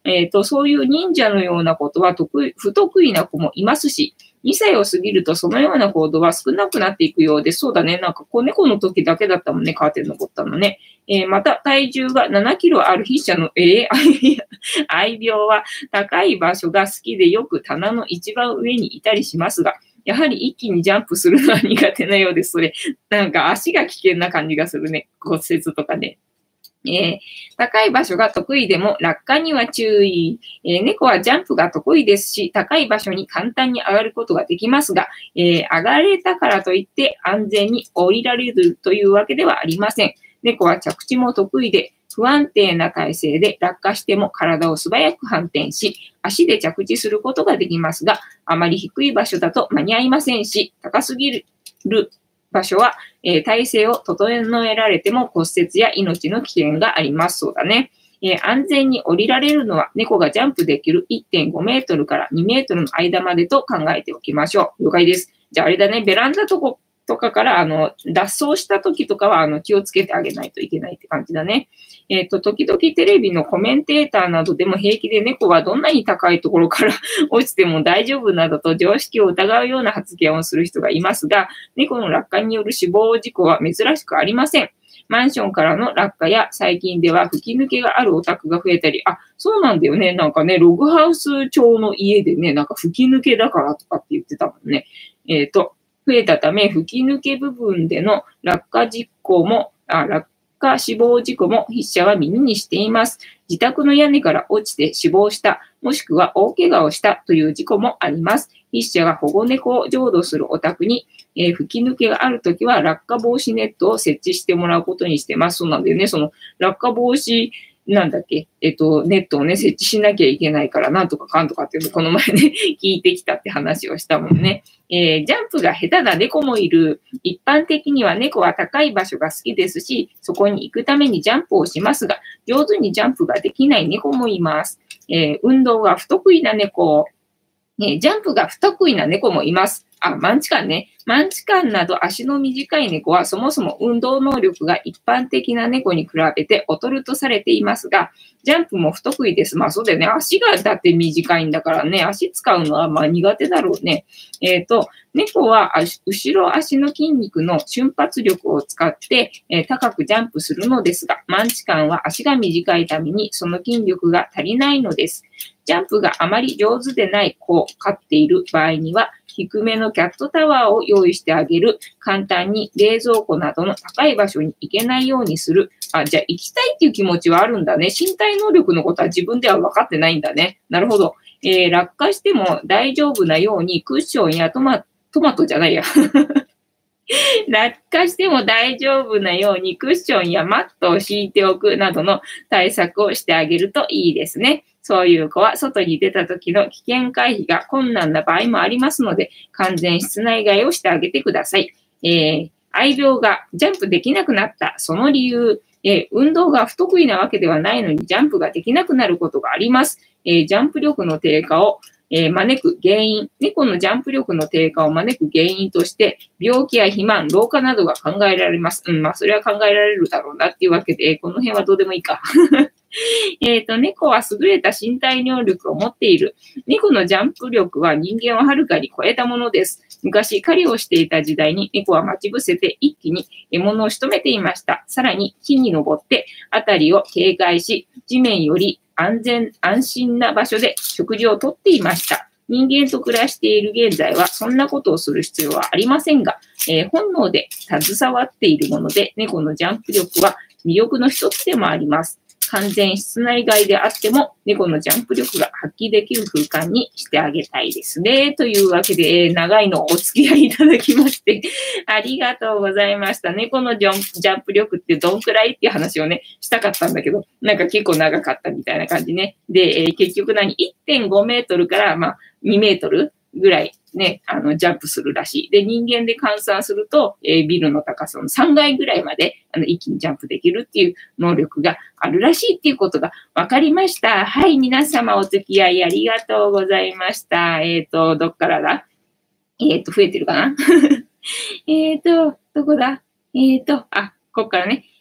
えっと、そういう忍者のようなことは得意、不得意な子もいますし、にさいを過ぎるとそのような行動は少なくなっていくようで、そうだね。なんか子猫の時だけだったもんね、カーテン登ったのね。えーまた、体重がななキロある筆者の、えー愛病は高い場所が好きでよく棚の一番上にいたりしますが、やはり一気にジャンプするのは苦手なようです。それ、なんか足が危険な感じがするね。骨折とかね。えー高い場所が得意でも落下には注意。えー猫はジャンプが得意ですし、高い場所に簡単に上がることができますが、えー上がれたからといって安全に降りられるというわけではありません。猫は着地も得意で、不安定な体勢で落下しても体を素早く反転し、足で着地することができますが、あまり低い場所だと間に合いませんし、高すぎる場所は、えー体勢を整えられても骨折や命の危険があります。そうだね。えー安全に降りられるのは猫がジャンプできるいってんごメートルからにメートルの間までと考えておきましょう。了解です。じゃああれだね、ベランダとことかからあの脱走した時とかはあの気をつけてあげないといけないって感じだね。えっと、時々テレビのコメンテーターなどでも平気で猫はどんなに高いところから落ちても大丈夫などと常識を疑うような発言をする人がいますが、猫の落下による死亡事故は珍しくありません。マンションからの落下や最近では吹き抜けがあるお宅が増えたり、あ、そうなんだよね。なんかね、ログハウス調の家でね、なんか吹き抜けだからとかって言ってたもんね。えっと、増えたため、吹き抜け部分での落下事故も、あ、落下死亡事故も筆者は耳にしています。自宅の屋根から落ちて死亡した、もしくは大怪我をしたという事故もあります。筆者が保護猫を浄土するお宅に、えー吹き抜けがあるときは落下防止ネットを設置してもらうことにしてます。そうなんだよね。その落下防止なんだっけ、えっと、ネットをね、設置しなきゃいけないから、なんとかかんとかっていうのをこの前ね、聞いてきたって話をしたもんね。えージャンプが下手な猫もいる。一般的には猫は高い場所が好きですし、そこに行くためにジャンプをしますが、上手にジャンプができない猫もいます。えー運動が不得意な猫、えージャンプが不得意な猫もいます。あ、マンチカンね。マンチカンなど足の短い猫はそもそも運動能力が一般的な猫に比べて劣るとされていますが、ジャンプも不得意です。まあそうだよね。足がだって短いんだからね。足使うのはまあ苦手だろうね。えっと、猫は足後ろ足の筋肉の瞬発力を使って、えー高くジャンプするのですが、マンチカンは足が短いためにその筋力が足りないのです。ジャンプがあまり上手でない子を飼っている場合には、低めのキャットタワーを用意してあげる。簡単に冷蔵庫などの高い場所に行けないようにする。あ、じゃあ行きたいっていう気持ちはあるんだね。身体能力のことは自分では分かってないんだね。なるほど。えー落下しても大丈夫なようにクッションやトマ、トマトじゃないや。落下しても大丈夫なようにクッションやマットを敷いておくなどの対策をしてあげるといいですね。そういう子は外に出た時の危険回避が困難な場合もありますので、完全室内外をしてあげてください。えー愛病がジャンプできなくなったその理由、えー運動が不得意なわけではないのにジャンプができなくなることがあります。えージャンプ力の低下をえー招く原因、猫のジャンプ力の低下を招く原因として、病気や肥満、老化などが考えられます。うん、まあ、それは考えられるだろうなっていうわけで、この辺はどうでもいいか。えっと、猫は優れた身体能力を持っている。猫のジャンプ力は人間をはるかに超えたものです。昔、狩りをしていた時代に猫は待ち伏せて一気に獲物を仕留めていました。さらに木に登って辺りを警戒し、地面より安全、安心な場所で食事をとっていました。人間と暮らしている現在はそんなことをする必要はありませんが、えー本能で携わっているもので、猫のジャンプ力は魅力の一つでもあります。完全室内外であっても、猫のジャンプ力が発揮できる空間にしてあげたいですね。というわけで、えー長いのお付き合いいただきまして、ありがとうございました。猫のジャンプジャンプ力ってどんくらいっていう話をね、したかったんだけど、なんか結構長かったみたいな感じね。で、えー結局何 ?いってんご メートルから、まあ、にメートルぐらいね、あの、ジャンプするらしい。で、人間で換算すると、えービルの高さのさんがいぐらいまで、あの、一気にジャンプできるっていう能力があるらしいっていうことが分かりました。はい、皆様お付き合いありがとうございました。えっと、どっからだえっと、増えてるかなえっと、どこだえっと、あ、こっからね。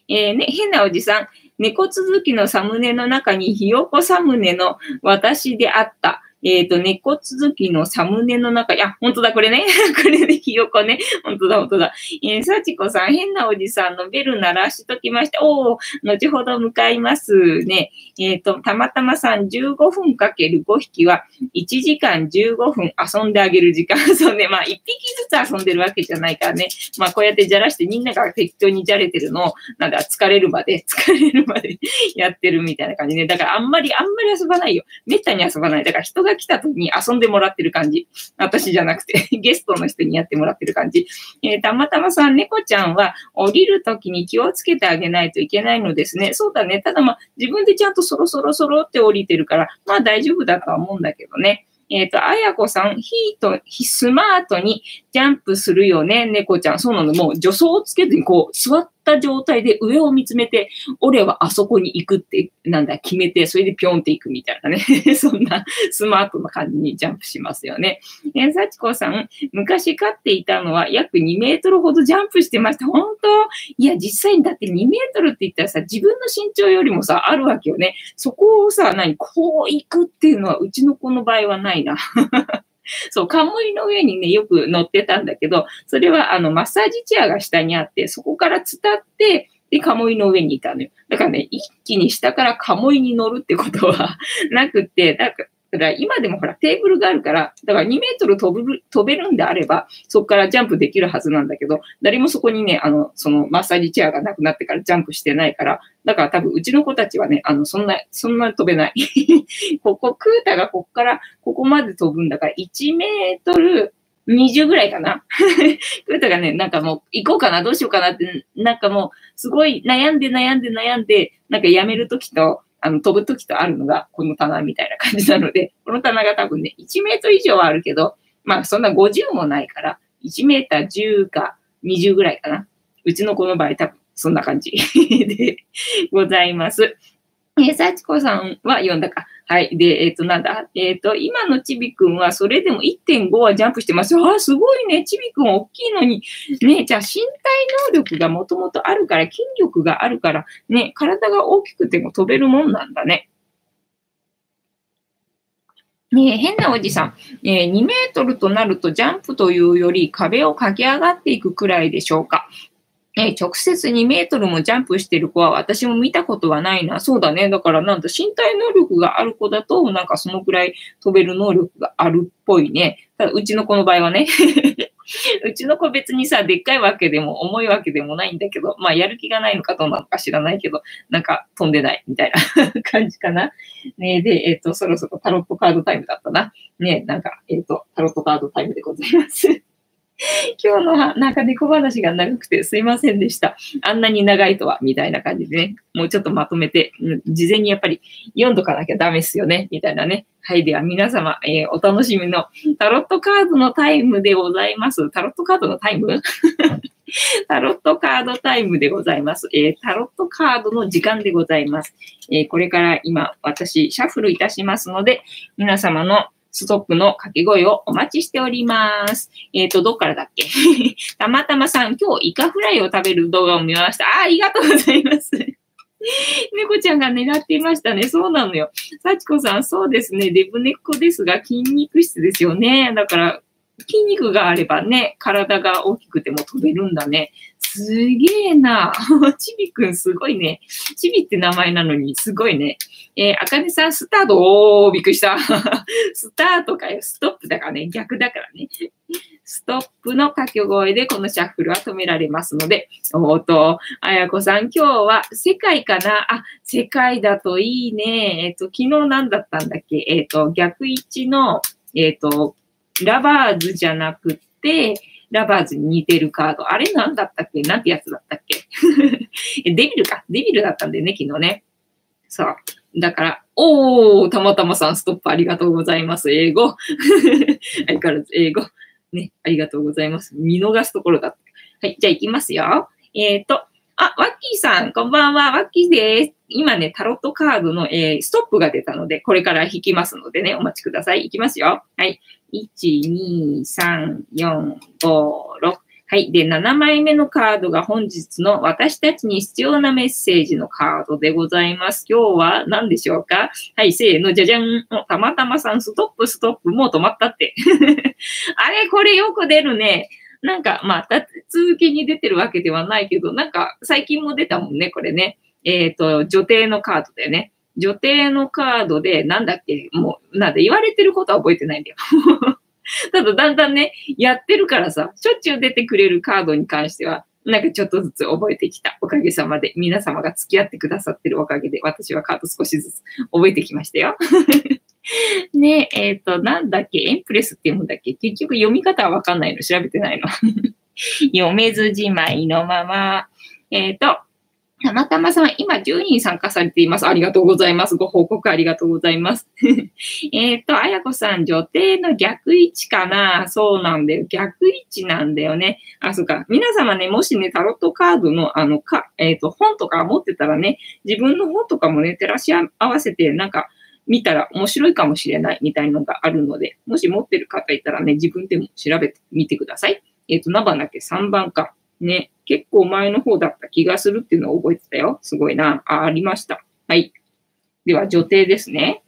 えー、ね、変なおじさん。猫続きのサムネの中にひよこサムネの私であった。えっ、ー、と、猫続きのサムネの中に、あ、本当だ、これね。これでひよこね。本当だ、本当だ。えー、さちこさん、変なおじさんのベル鳴らしときました。おー、後ほど向かいますね。えっ、ー、と、たまたまさん、じゅうごふんかけるごひきはいちじかんじゅうごふん遊んであげる時間。そうね、まあ、いっぴきずつ遊んでるわけじゃないからね。まあ、こうやってじゃらしてみんなが適当にじゃれてるのを、なんだ、疲れるまで、疲れるまでやってるみたいな感じね。だから、あんまり、あんまり遊ばないよ。めったに遊ばない。だから、人が来た時に遊んでもらってる感じ。私じゃなくて、ゲストの人にやってもらってる感じ。えー、たまたまさん、猫ちゃんは降りる時に気をつけてあげないといけないのですね。そうだね。ただまあ、自分でちゃんとそろそろそろって降りてるから、まあ大丈夫だとは思うんだけどね。えっ、ー、と、あやこさん、ヒート、スマートにジャンプするよね、猫ちゃん。そうなの。もう助走をつけずに、こう、座った状態で上を見つめて、俺はあそこに行くって、なんだ、決めて、それでピョンって行くみたいなね。そんなスマートな感じにジャンプしますよね。えー、さちこさん、昔飼っていたのは約にメートルほどジャンプしてました。本当？いや、実際にだってにメートルって言ったらさ、自分の身長よりもさ、あるわけよね。そこをさ、何、こう行くっていうのは、うちの子の場合はないな。そう、冠の上にね、よく乗ってたんだけど、それはあの、マッサージチェアが下にあって、そこから伝って、で、鴨居の上にいたのよ。だからね、一気に下から鴨居に乗るってことはなくって、だから、だから今でもほらテーブルがあるから、だからにメートル飛ぶ飛べるんであれば、そこからジャンプできるはずなんだけど、誰もそこにね、あの、そのマッサージチェアがなくなってからジャンプしてないから、だから多分うちの子たちはね、あの、そんな、そんな飛べない。ここ、クータがここからここまで飛ぶんだから、いちメートルにじゅうぐらいかな。クータがね、なんかもう行こうかな、どうしようかなって、なんかもうすごい悩んで悩んで悩んで、なんかやめるときと、あの、飛ぶときとあるのが、この棚みたいな感じなので、この棚が多分ね、いちメートル以上はあるけど、まあそんなごじゅうもないから、いちメーターじゅうかにじゅうぐらいかな。うちの子の場合多分そんな感じでございます。えー、さちこさんは読んだか。はい。で、えっ、ー、と、なんだえっ、ー、と、今のちびくんはそれでも いってんご はジャンプしてます。ああ、すごいね。ちびくん大きいのに。ね、じゃあ身体能力がもともとあるから、筋力があるから、ね、体が大きくても飛べるもんなんだね。ねえ、変なおじさん、えー、にメートルとなるとジャンプというより壁を駆け上がっていくくらいでしょうか。えー、直接にメートルもジャンプしてる子は私も見たことはないな。そうだね。だからなんだ、身体能力がある子だと、なんかそのくらい飛べる能力があるっぽいね。ただうちの子の場合はね。うちの子別にさ、でっかいわけでも重いわけでもないんだけど、まあやる気がないのかどうなのか知らないけど、なんか飛んでないみたいな感じかな。ねで、えっ、ー、と、そろそろタロットカードタイムだったな。ねなんか、えっ、ー、と、タロットカードタイムでございます。今日のはなんか猫話が長くてすいませんでした。あんなに長いとは、みたいな感じでね。もうちょっとまとめて、事前にやっぱり読んどかなきゃダメっすよね、みたいなね。はい。では皆様、えー、お楽しみのタロットカードのタイムでございます。タロットカードのタイムタロットカードタイムでございます。えー、タロットカードの時間でございます。えー、これから今、私、シャッフルいたしますので、皆様のストップの掛け声をお待ちしております。えっ、ー、と、どっからだっけたまたまさん、今日イカフライを食べる動画を見ました。あ、ありがとうございます。猫ちゃんが狙っていましたね。そうなのよ。幸子さん、そうですね。デブ猫ですが、筋肉質ですよね。だから、筋肉があればね、体が大きくても飛べるんだね。すげえな。ちびくんすごいね。ちびって名前なのにすごいね。えー、あかねさん、スタート。おー、びっくりした。スタートかよ。ストップだからね。逆だからね。ストップの掛け声でこのシャッフルは止められますので。おーと、あやこさん、今日は世界かなあ、世界だといいね。えっ、ー、と、昨日何だったんだっけえっ、ー、と、逆位置の、えっ、ー、と、ラバーズじゃなくて、ラバーズに似てるカード。あれなんだったっけなんてやつだったっけデビルか。デビルだったんだよね、昨日ね。そう。だから、おー、たまたまさん、ストップありがとうございます。英語。相変わらず英語。ね、ありがとうございます。見逃すところだった。はい、じゃあ行きますよ。えっ、ー、と、あ、ワッキーさん、こんばんは。ワッキーです。今ね、タロットカードの、えー、ストップが出たので、これから引きますのでね、お待ちください。いきますよ。はい。いち、に、さん、よん、ご、ろく。 はい。で、ななまいめのカードが本日の私たちに必要なメッセージのカードでございます。今日は何でしょうか？はい、せーの、じゃじゃん。たまたまさん、ストップ、ストップ、もう止まったって。あれ、これよく出るね。なんか、まあ、続きに出てるわけではないけど、なんか、最近も出たもんね、これね。えっと、女帝のカードだよね。女帝のカードで、なんだっけ、もう、なんで言われてることは覚えてないんだよ。ただだんだんね、やってるからさ、しょっちゅう出てくれるカードに関しては、なんかちょっとずつ覚えてきた。おかげさまで、皆様が付き合ってくださってるおかげで、私はカード少しずつ覚えてきましたよ。ねえ、えっ、ー、と、なんだっけ、エンプレスって読むんだっけ、結局読み方はわかんないの、調べてないの。読めずじまいのまま。えっ、ー、と、たまたまさん、今じゅうにん参加されています。ありがとうございます。ご報告ありがとうございます。えっと、あやこさん、女帝の逆位置かな？そうなんだよ。逆位置なんだよね。あ、そうか。皆様ね、もしね、タロットカードの、あの、か、えっと、本とか持ってたらね、自分の本とかもね、照らし合わせて、なんか、見たら面白いかもしれないみたいのがあるので、もし持ってる方いたらね、自分でも調べてみてください。えっと、何番だっけ？ さん 番か。ね、結構前の方だった気がするっていうのを覚えてたよ。すごいな。あ、ありました。はい。では、女帝ですね。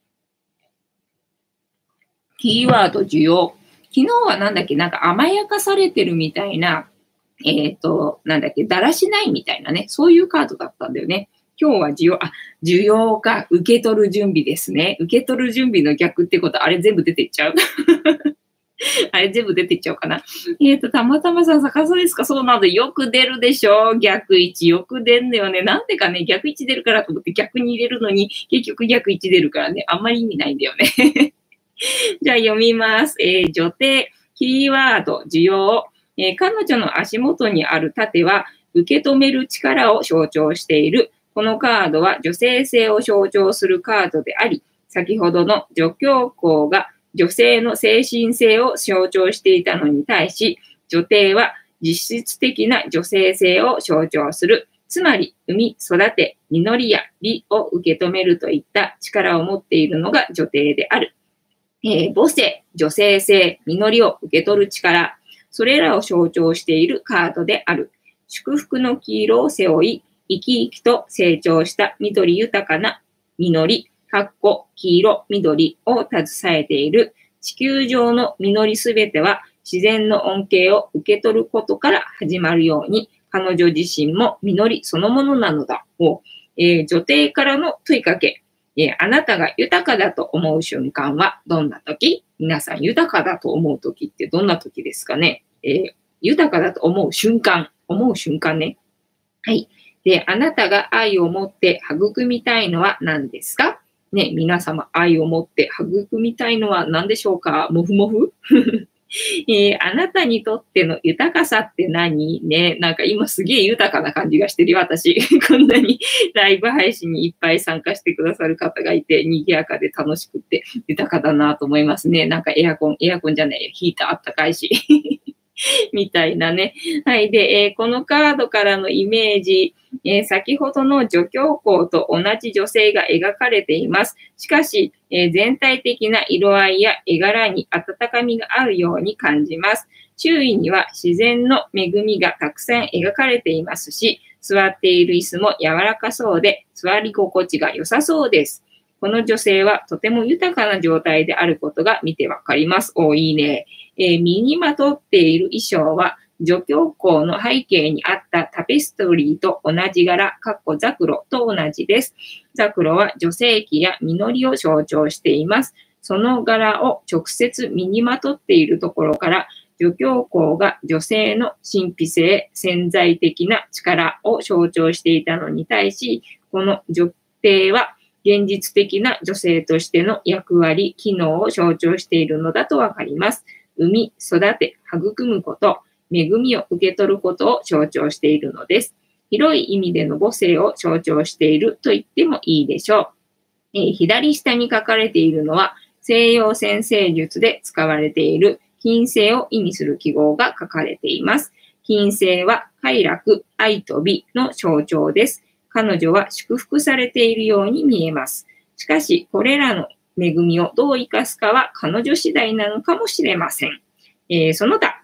キーワード、需要。昨日はなんだっけ、なんか甘やかされてるみたいな、えっと、なんだっけ、だらしないみたいなね、そういうカードだったんだよね。今日は需要、あ、需要か、受け取る準備ですね。受け取る準備の逆ってこと、あれ全部出ていっちゃうあれ全部出ていっちゃおうかな。えっと、たまたまさん、逆さですか？そうなの。よく出るでしょ？逆位置。よく出んだよね。なんでかね、逆位置出るからと思って逆に入れるのに、結局逆位置出るからね、あんまり意味ないんだよね。じゃあ読みます。えー、女帝、キーワード、需要。えー、彼女の足元にある盾は、受け止める力を象徴している。このカードは女性性を象徴するカードであり、先ほどの女教皇が女性の精神性を象徴していたのに対し、女帝は実質的な女性性を象徴する。つまり、産み、育て、実りや美を受け止めるといった力を持っているのが女帝である。えー、母性、女性性、実りを受け取る力、それらを象徴しているカードである。祝福の黄色を背負い、生き生きと成長した緑豊かな実り、かっこ黄色、緑を携えている。地球上の実りすべては自然の恩恵を受け取ることから始まるように、彼女自身も実りそのものなのだを、えー、女帝からの問いかけ。えー、あなたが豊かだと思う瞬間はどんな時？皆さん豊かだと思う時ってどんな時ですかね？えー、豊かだと思う瞬間、思う瞬間ね。はい。で、あなたが愛を持って育みたいのは何ですか？ね、皆様愛を持って育みたいのは何でしょうか？もふもふえー、あなたにとっての豊かさって何ね、なんか今すげえ豊かな感じがしてるよ、私。こんなにライブ配信にいっぱい参加してくださる方がいて、賑やかで楽しくて豊かだなと思いますね。なんかエアコン、エアコンじゃないよ、ヒーターあったかいし。みたいなね。はい。で、えー、このカードからのイメージ、えー、先ほどの女教皇と同じ女性が描かれています。しかし、えー、全体的な色合いや絵柄に温かみがあるように感じます。周囲には自然の恵みがたくさん描かれていますし、座っている椅子も柔らかそうで、座り心地が良さそうです。この女性はとても豊かな状態であることが見てわかります。お、いいね。えー、身にまとっている衣装は、女教皇の背景にあったタペストリーと同じ柄、かっこザクロと同じです。ザクロは女性器や実りを象徴しています。その柄を直接身にまとっているところから、女教皇が女性の神秘性、潜在的な力を象徴していたのに対し、この女帝は現実的な女性としての役割、機能を象徴しているのだとわかります。産み、育て、育むこと、恵みを受け取ることを象徴しているのです。広い意味での母性を象徴していると言ってもいいでしょう。えー、左下に書かれているのは、西洋占星術で使われている金星を意味する記号が書かれています。金星は快楽、愛と美の象徴です。彼女は祝福されているように見えます。しかし、これらの恵みをどう生かすかは彼女次第なのかもしれません。えー、その他、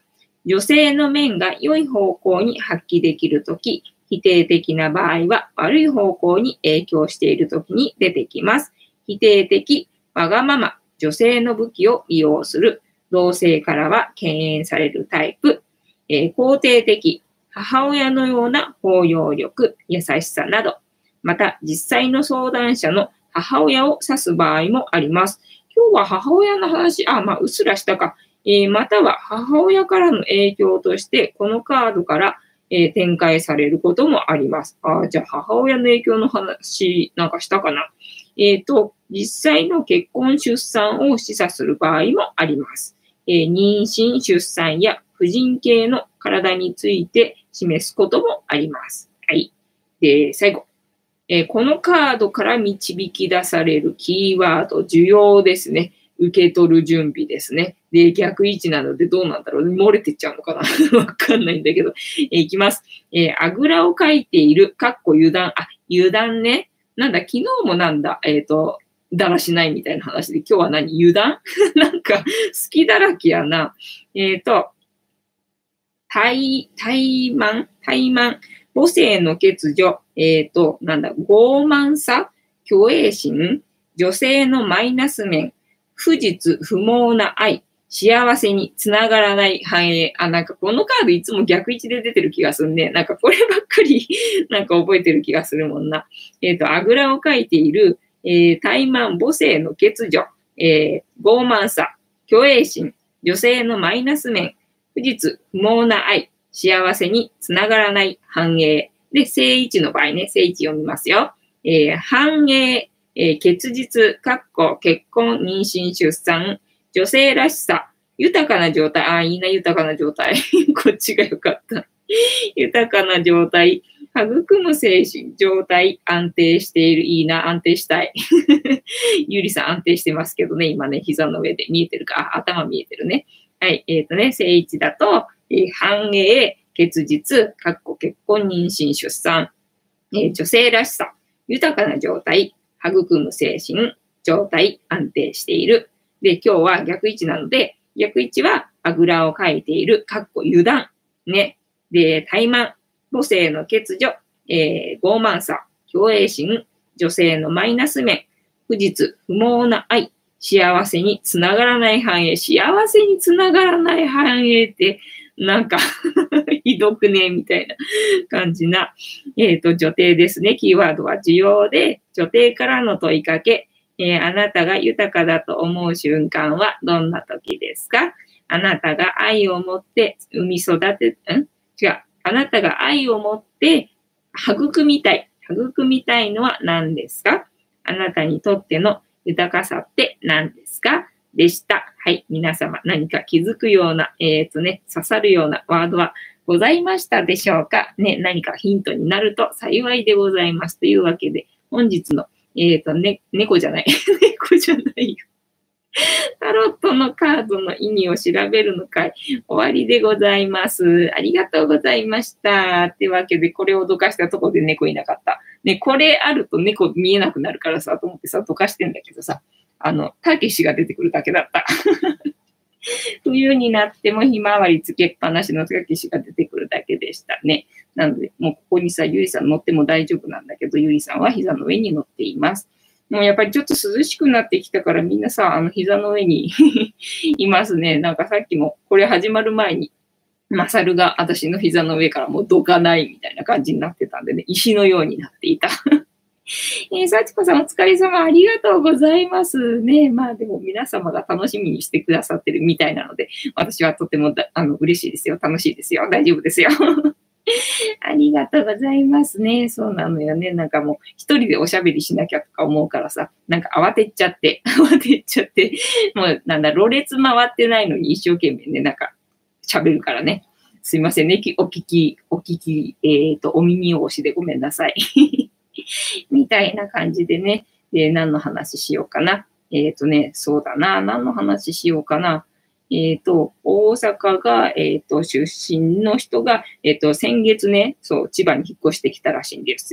女性の面が良い方向に発揮できるとき、否定的な場合は悪い方向に影響しているときに出てきます。否定的、わがまま、女性の武器を利用する、同性からは敬遠されるタイプ、えー、肯定的、母親のような包容力、優しさなど、また実際の相談者の母親を指す場合もあります。今日は母親の話、あ、まあ、うっすらしたか。えー、または母親からの影響として、このカードから、えー、展開されることもあります。あ、じゃあ母親の影響の話なんかしたかな。えっと、実際の結婚出産を示唆する場合もあります。えー、妊娠、出産や婦人系の体について示すこともあります。はい。で、最後。えー、このカードから導き出されるキーワード、需要ですね。受け取る準備ですね。で、逆位置なのでどうなんだろう。漏れてっちゃうのかなわかんないんだけど。えー、いきます。えー、あぐらをかいている、かっこ油断。あ、油断ね。なんだ、昨日もなんだ、えっと、だらしないみたいな話で、今日は何油断なんか、好きだらけやな。えっと、怠、怠慢怠慢。母性の欠如。えっと、なんだ、傲慢さ、虚栄心、女性のマイナス面、不実、不毛な愛、幸せにつながらない繁栄。あ、なんかこのカードいつも逆位置で出てる気がするね。なんかこればっかりなんか覚えてる気がするもんな。えっと、あぐらをかいている、えー、怠慢、母性の欠如、えー、傲慢さ、虚栄心、女性のマイナス面、不実、不毛な愛、幸せにつながらない繁栄。で、正位置の場合ね、正位置読みますよ。えー、繁栄、えー、結実、かっこ、結婚、妊娠、出産、女性らしさ、豊かな状態、あ、いいな、豊かな状態。こっちがよかった。豊かな状態、育む精神、状態、安定している、いいな、安定したい。ゆりさん安定してますけどね、今ね、膝の上で見えてるか、あ、頭見えてるね。はい、えっとね、正位置だと、えー、繁栄、結実、かっこ結婚、妊娠、出産、えー、女性らしさ、豊かな状態、育む精神、状態、安定している。で、今日は逆位置なので、逆位置はあぐらをかいている、かっこ油断。ね。で、怠慢、母性の欠如、えー、傲慢さ、虚栄心、女性のマイナス面、不実、不毛な愛、幸せにつながらない繁栄。幸せにつながらない繁栄って、なんかひどくね、みたいな感じな、えっと、女帝ですね。キーワードは需要で、女帝からの問いかけ、えー、あなたが豊かだと思う瞬間はどんな時ですか？あなたが愛を持って産み育て、ん違う。あなたが愛を持って育みたい。育みたいのは何ですか？あなたにとっての豊かさって何ですか？でした。はい。皆様何か気づくような、えっとね、刺さるようなワードはございましたでしょうか？ね、何かヒントになると幸いでございます。というわけで、本日のえっと、ね、猫じゃない。猫じゃないよ。タロットのカードの意味を調べるの会、終わりでございます。ありがとうございました。ってわけで、これをどかしたところで猫いなかった。ね、これあると猫見えなくなるからさ、と思ってさ、どかしてんだけどさ、あの、たけしが出てくるだけだった。冬になってもひまわりつけっぱなしのたけしが出てくるだけでしたね。なので、もうここにさ、ゆりさん乗っても大丈夫なんだけど、ゆりさんは膝の上に乗っています。もうやっぱりちょっと涼しくなってきたからみんなさ、あの膝の上にいますね。なんかさっきもこれ始まる前に、マサルが私の膝の上からもうどかないみたいな感じになってたんでね、石のようになっていた。えー、幸子さんお疲れ様ありがとうございますね。まあでも皆様が楽しみにしてくださってるみたいなので、私はとてもだあの嬉しいですよ。楽しいですよ。大丈夫ですよ。ありがとうございますね。そうなのよね。なんかもう一人でおしゃべりしなきゃとか思うからさ、なんか慌てっちゃって、慌てっちゃって、もうなんだ、ろれつ回ってないのに一生懸命ね、なんか喋るからね。すいませんね。お聞き、お聞き、えっと、お耳汚しでごめんなさい。みたいな感じでね。で、何の話しようかな。えっとね、そうだな。何の話しようかな。えっと、大阪が、えっと、出身の人が、えっと、先月ね、そう、千葉に引っ越してきたらしいんですよ。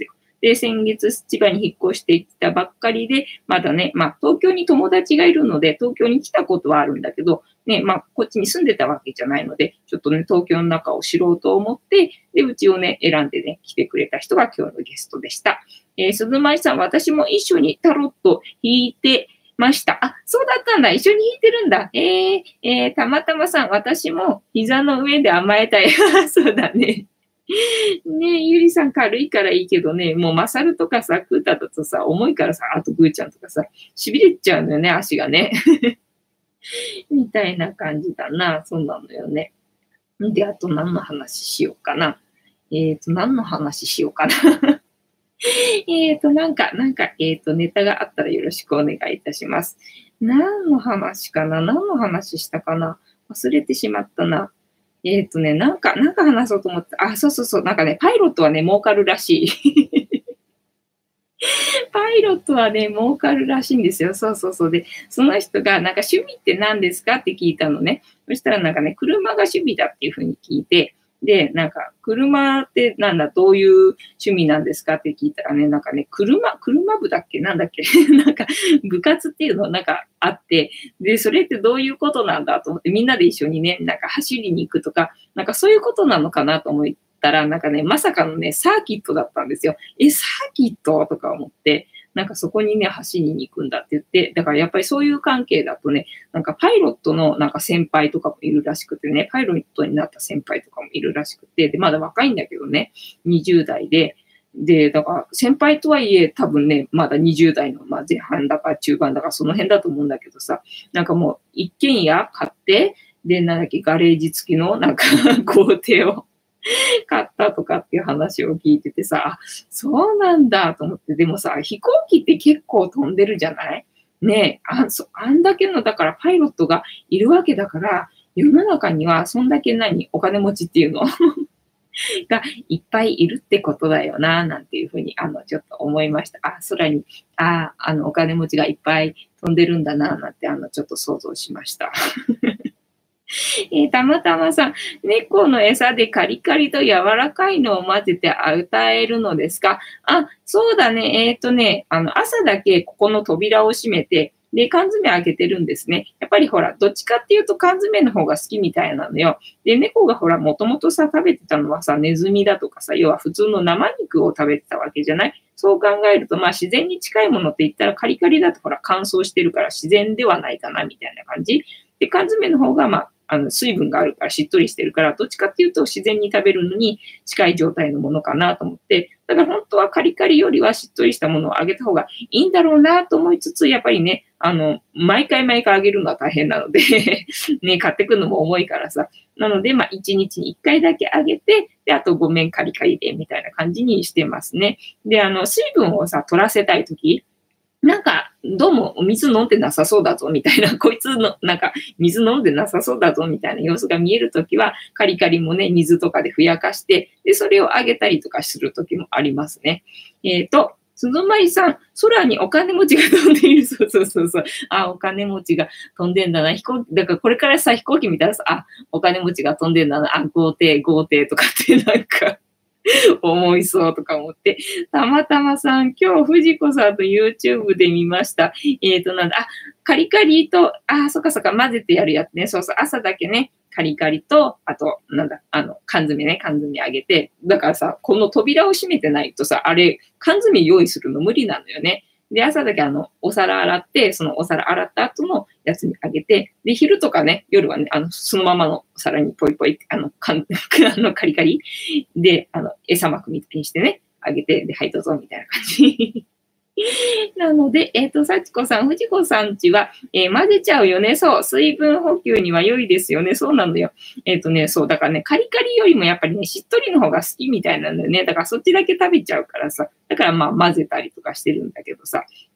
で、先月千葉に引っ越してきたばっかりで、まだね、まあ東京に友達がいるので、東京に来たことはあるんだけど、ね、まあこっちに住んでたわけじゃないので、ちょっとね、東京の中を知ろうと思って、で、うちをね、選んでね、来てくれた人が今日のゲストでした。えー、鈴舞さん、私も一緒にタロット引いてました。あ、そうだったんだ。一緒に引いてるんだ。えー、えー、たまたまさん、私も膝の上で甘えたい。そうだね。ねえ、ゆりさん軽いからいいけどね、もうマサルとかさ、クータだとさ、重いからさ、あとグーちゃんとかさ、痺れちゃうのよね、足がね。みたいな感じだな。そうなのよね。で、あと何の話しようかな。えっと、何の話しようかな。えっと、なんか、なんか、えっと、ネタがあったらよろしくお願いいたします。何の話かな何の話したかな忘れてしまったな。えっとね、なんか、なんか話そうと思って、あ、そうそうそう、なんかね、パイロットはね、儲かるらしい。パイロットはね、儲かるらしいんですよ。そうそうそう。で、その人が、なんか趣味って何ですかって聞いたのね。そしたらなんかね、車が趣味だっていうふうに聞いて、で、なんか、車ってなんだ、どういう趣味なんですかって聞いたらね、なんかね、車、車部だっけなんだっけなんか、部活っていうのなんかあって、で、それってどういうことなんだと思って、みんなで一緒にね、なんか走りに行くとか、なんかそういうことなのかなと思ったら、なんかね、まさかのね、サーキットだったんですよ。え、サーキットとか思って、なんかそこにね、走りに行くんだって言って、だからやっぱりそういう関係だとね、なんかパイロットのなんか先輩とかもいるらしくてね、パイロットになった先輩とかもいるらしくて、で、まだ若いんだけどね、にじゅう代で、で、だから先輩とはいえ多分ね、まだにじゅう代のまあ前半だか中盤だかその辺だと思うんだけどさ、なんかもう一軒家買って、で、なんだっけ、ガレージ付きのなんか豪邸を買ったとかっていう話を聞いててさ、あ、そうなんだと思って、でもさ、飛行機って結構飛んでるじゃないねえ、あそあんだけの、だからパイロットがいるわけだから、世の中にはそんだけ何、お金持ちっていうのがいっぱいいるってことだよな、なんていうふうに、あの、ちょっと思いました。あ、空に、あ、あの、お金持ちがいっぱい飛んでるんだな、なんて、あの、ちょっと想像しました。えー、たまたまさん、猫の餌でカリカリと柔らかいのを混ぜて与えるのですか？あ、そうだね。えっとね、あの、朝だけここの扉を閉めて、で、缶詰開けてるんですね。やっぱりほら、どっちかっていうと缶詰の方が好きみたいなのよ。で、猫がほら、もともとさ、食べてたのはさ、ネズミだとかさ、要は普通の生肉を食べてたわけじゃない？そう考えると、まあ自然に近いものって言ったらカリカリだとほら、乾燥してるから自然ではないかな、みたいな感じ。で、缶詰の方が、まあ、あの水分があるからしっとりしてるから、どっちかっていうと自然に食べるのに近い状態のものかなと思って、だから本当はカリカリよりはしっとりしたものをあげた方がいいんだろうなと思いつつ、やっぱりね、あの、毎回毎回あげるのは大変なのでね、買ってくるのも重いからさ。なので、まあ、いちにちにいっかいだけあげて、で、あとごめんカリカリで、みたいな感じにしてますね。で、あの、水分をさ、取らせたいとき、なんか、どうもお水飲んでなさそうだぞみたいな、こいつの、なんか、水飲んでなさそうだぞみたいな様子が見えるときは、カリカリもね、水とかでふやかして、で、それをあげたりとかするときもありますね。えっと、鈴舞さん、空にお金持ちが飛んでいる。そうそうそうそう。あ、お金持ちが飛んでんだな。飛行機、だからこれからさ、飛行機見たらさ、あ、お金持ちが飛んでんだな。あ、豪邸、豪邸とかってなんか思いそうとか思って、たまたまさん、今日藤子さんと YouTube で見ました。えっと、なんだ、あ、カリカリと、あ、そっかそっか、混ぜてやるやつね。そうそう、朝だけね、カリカリと、あと、なんだ、あの、缶詰ね、缶詰あげて、だからさ、この扉を閉めてないとさ、あれ、缶詰用意するの無理なのよね。で、朝だけあの、お皿洗って、そのお皿洗った後のやつにあげて、で、昼とかね、夜はね、あの、そのままのお皿にポイポイって、あの、かん、あの、カリカリで、あの、餌膜みたいにしてね、あげて、で、はい、どうぞ、みたいな感じ。なので、えっ、ー、と、幸子さん、藤子さんちは、えー、混ぜちゃうよね。そう、水分補給には良いですよね。そうなのよ。えっ、ー、とね、そう、だからね、カリカリよりもやっぱりね、しっとりの方が好きみたいなんだよね。だからそっちだけ食べちゃうからさ、だからまあ混ぜたりとかしてるんだけどさ、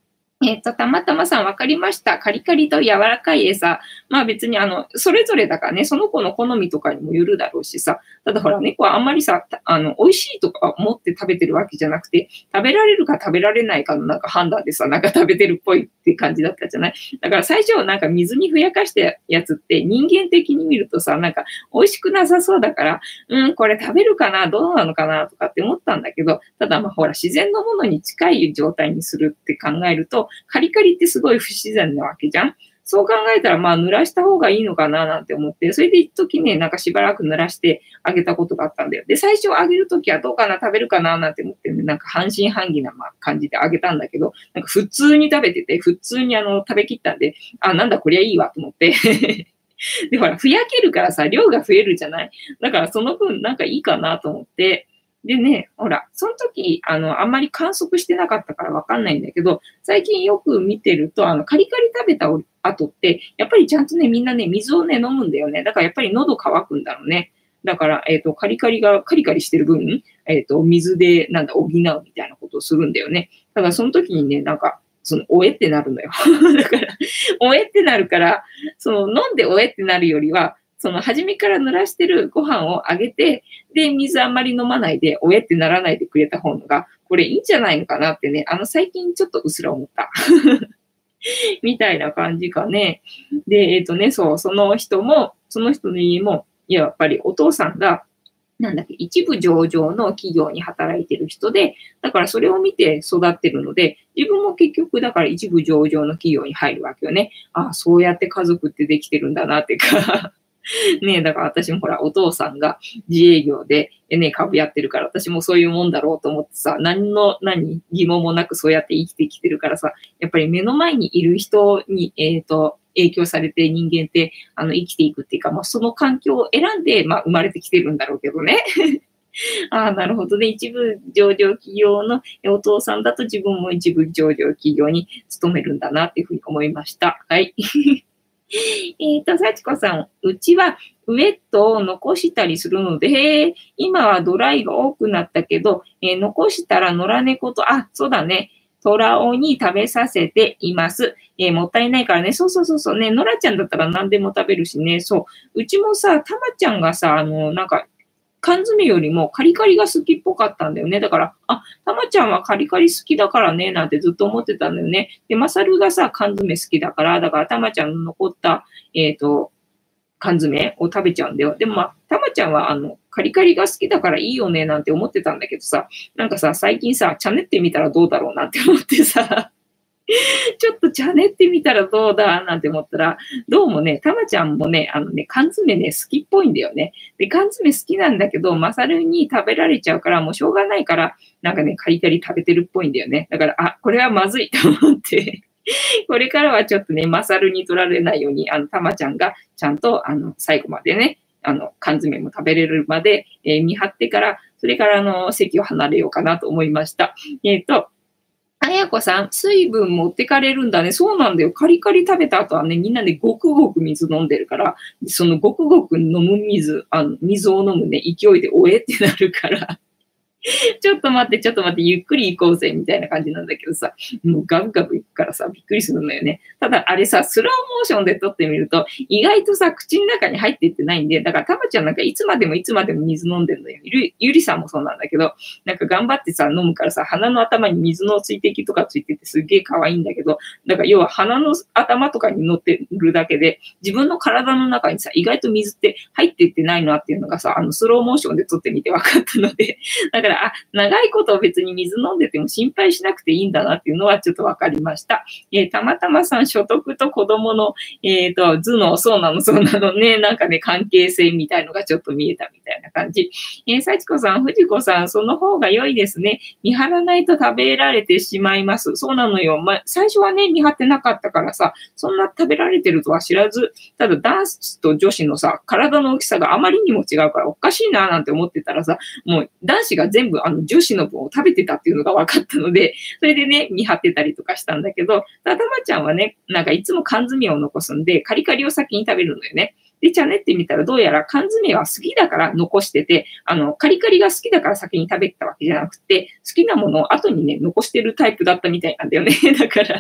えっと、たまたまさん分かりました。カリカリと柔らかい餌。まあ別にあの、それぞれだからね、その子の好みとかにもよるだろうしさ。ただほら、猫はあんまりさ、あの、美味しいとか思って食べてるわけじゃなくて、食べられるか食べられないかのなんか判断でさ、なんか食べてるっぽいって感じだったじゃない。だから最初なんか水にふやかしたやつって人間的に見るとさ、なんか美味しくなさそうだから、うん、これ食べるかな、どうなのかなとかって思ったんだけど、ただまあほら、自然のものに近い状態にするって考えると、カリカリってすごい不自然なわけじゃん。そう考えたら、まあ、濡らした方がいいのかななんて思って、それで一時ね、なんかしばらく濡らしてあげたことがあったんだよ。で、最初あげるときはどうかな、食べるかななんて思ってね、なんか半信半疑な感じであげたんだけど、なんか普通に食べてて、普通にあの、食べきったんで、あ、なんだこりゃいいわと思って。で、ほら、ふやけるからさ、量が増えるじゃない。だからその分なんかいいかなと思って、でね、ほら、その時、あの、あんまり観測してなかったからわかんないんだけど、最近よく見てると、あの、カリカリ食べた後って、やっぱりちゃんとね、みんなね、水をね、飲むんだよね。だからやっぱり喉乾くんだろうね。だから、えっと、カリカリが、カリカリしてる分、えっと、水で、なんだ、補うみたいなことをするんだよね。だからその時にね、なんか、その、おえってなるのよ。だから、おえってなるから、その、飲んでおえってなるよりは、その、初めから濡らしてるご飯をあげて、で、水あんまり飲まないで、おえってならないでくれた方のが、これいいんじゃないのかなってね、あの、最近ちょっとうすら思った。みたいな感じかね。で、えっとね、そう、その人も、その人の家も、やっぱりお父さんが、なんだっけ、一部上場の企業に働いてる人で、だからそれを見て育ってるので、自分も結局だから一部上場の企業に入るわけよね。ああ、そうやって家族ってできてるんだなっていうかねえ、だから私もほら、お父さんが自営業で、ね、株やってるから、私もそういうもんだろうと思ってさ、何の、何、疑問もなくそうやって生きてきてるからさ、やっぱり目の前にいる人に、えっと、影響されて人間って、あの、生きていくっていうか、まあ、その環境を選んで、まあ、生まれてきてるんだろうけどね。ああ、なるほどね。一部上場企業のお父さんだと自分も一部上場企業に勤めるんだなっていうふうに思いました。はい。えっと、幸子さん、うちはウェットを残したりするので、へえ、今はドライが多くなったけど、えー残したら野良猫と、あ、そうだね、トラオに食べさせています。えーもったいないからね、そうそうそうそうね、ノラちゃんだったら何でも食べるしね、そう。うちもさ、たまちゃんがさ、あの、なんか、缶詰よりもカリカリが好きっぽかったんだよね。だから、あ、たまちゃんはカリカリ好きだからね、なんてずっと思ってたんだよね。で、マサルがさ、缶詰好きだから、だからたまちゃんの残った、えっと、缶詰を食べちゃうんだよ。でもまあ、たまちゃんはあの、カリカリが好きだからいいよね、なんて思ってたんだけどさ、なんかさ、最近さ、チャネってみたらどうだろうなって思ってさ、ちょっとチャネってみたらどうだなんて思ったら、どうもね、たまちゃんもね、あのね、缶詰ね、好きっぽいんだよね。で、缶詰好きなんだけど、マサルに食べられちゃうから、もうしょうがないから、なんかね、カリカリ食べてるっぽいんだよね。だから、あ、これはまずいと思って、これからはちょっとね、マサルに取られないように、あの、たまちゃんがちゃんと、あの、最後までね、あの、缶詰も食べれるまで、えー見張ってから、それからあの、席を離れようかなと思いました。えっ、と、あやこさん、水分持ってかれるんだね。そうなんだよ。カリカリ食べた後はね、みんなでごくごく水飲んでるから、そのごくごく飲む水、あの、水を飲むね、勢いでおえってなるから、ちょっと待って、ちょっと待って、ゆっくり行こうぜ、みたいな感じなんだけどさ、もうガブガブ行くからさ、びっくりするんだよね。ただ、あれさ、スローモーションで撮ってみると、意外とさ、口の中に入っていってないんで、だから、たまちゃんなんかいつまでもいつまでも水飲んでるのよ。ゆりゆりさんもそうなんだけど、なんか頑張ってさ、飲むからさ、鼻の頭に水の水滴とかついててすっげえ可愛いんだけど、だから要は鼻の頭とかに乗ってるだけで、自分の体の中にさ、意外と水って入っていってないなっていうのがさ、あの、スローモーションで撮ってみて分かったので、だから、あ、長いこと別に水飲んでても心配しなくていいんだなっていうのはちょっと分かりました。えーたまたまさん、所得と子供の、えっ、と、頭脳、そうなの、そうなのね、なんかね、関係性みたいのがちょっと見えたみたいな感じ。えー、幸子さん、藤子さん、その方が良いですね。見張らないと食べられてしまいます。そうなのよ。まあ、最初はね、見張ってなかったからさ、そんな食べられてるとは知らず、ただ男子と女子のさ、体の大きさがあまりにも違うからおかしいななんて思ってたらさ、もう男子が全部あの女子の分を食べてたっていうのが分かったので、それでね、見張ってたりとかしたんだけど、ただまちゃんはね、なんかいつも缶詰を残すんで、カリカリを先に食べるのよね。で、じゃあねってみたら、どうやら缶詰は好きだから残してて、あの、カリカリが好きだから先に食べてたわけじゃなくて、好きなものを後にね、残してるタイプだったみたいなんだよね。だから、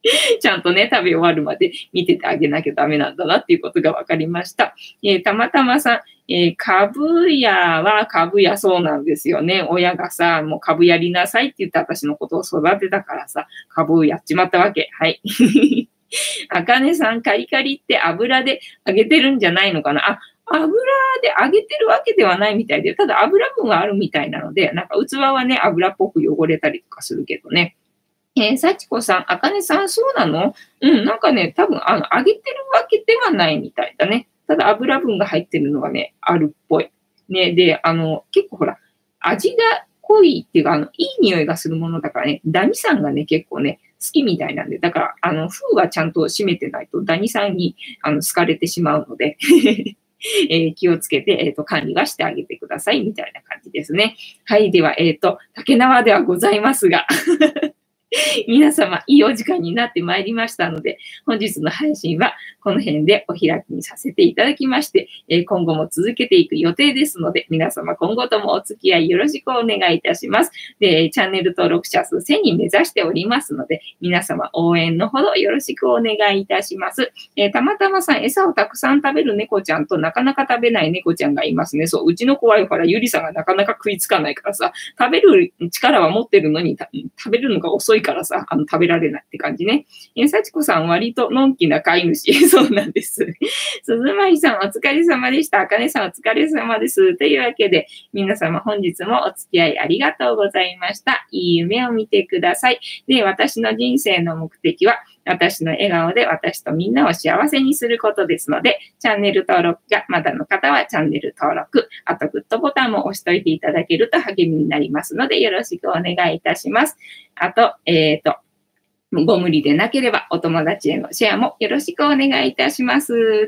ちゃんとね、食べ終わるまで見ててあげなきゃダメなんだなっていうことが分かりました。えー、たまたまさん、えー、株屋は株屋そうなんですよね。親がさ、もう株やりなさいって言って私のことを育てたからさ、株やっちまったわけ。はい。あかねさん、カリカリって油で揚げてるんじゃないのかなあ、油で揚げてるわけではないみたいで、ただ油分はあるみたいなので、なんか器はね、油っぽく汚れたりとかするけどね。えー、幸子さん、あかねさん、そうなのうん、なんかね、多分、あの、揚げてるわけではないみたいだね。ただ油分が入ってるのがね、あるっぽい。ね、で、あの、結構ほら、味が濃いっていうか、あの、いい匂いがするものだからね、ダニさんがね、結構ね、好きみたいなんで、だから、あの、封はちゃんと閉めてないと、ダニさんに、あの、好かれてしまうので、えー、気をつけて、えっ、ー、と、管理はしてあげてください、みたいな感じですね。はい、では、えっ、ー、と、竹縄ではございますが、皆様、いいお時間になってまいりましたので、本日の配信はこの辺でお開きにさせていただきまして、えー、今後も続けていく予定ですので、皆様今後ともお付き合いよろしくお願いいたします。で、チャンネル登録者数せんにん目指しておりますので、皆様応援のほどよろしくお願いいたします。えー、たまたまさん、餌をたくさん食べる猫ちゃんとなかなか食べない猫ちゃんがいますね。そう、うちの子はほら、ゆりさんがなかなか食いつかないからさ、食べる力は持ってるのに、食べるのが遅いからさ、あの、食べられないって感じね。え、幸子さん、割とのんきな飼い主。そうなんです。鈴まりさん、お疲れ様でした。あかねさん、お疲れ様です。というわけで、皆様本日もお付き合いありがとうございました。いい夢を見てください。で、私の人生の目的は、私の笑顔で私とみんなを幸せにすることですので、チャンネル登録がまだの方はチャンネル登録、あとグッドボタンも押しといていただけると励みになりますので、よろしくお願いいたします。あと、えっと、ご無理でなければお友達へのシェアもよろしくお願いいたします。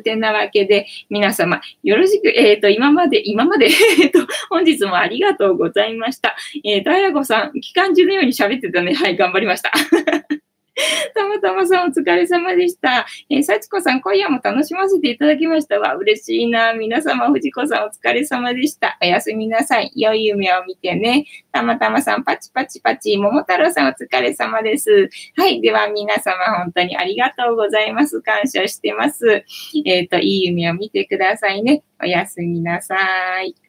てなわけで、皆様よろしく、えっと、今まで、今まで、えっと、本日もありがとうございました。えっと、あやこさん、期間中のように喋ってたね。はい、頑張りました。たまたまさんお疲れ様でした。えー、幸子さん、今夜も楽しませていただきましたわ。嬉しいな。皆様、藤子さんお疲れ様でした。おやすみなさい。良い夢を見てね。たまたまさん、パチパチパチ。桃太郎さんお疲れ様です。はい。では、皆様、本当にありがとうございます。感謝してます。えっと、いい夢を見てくださいね。おやすみなさい。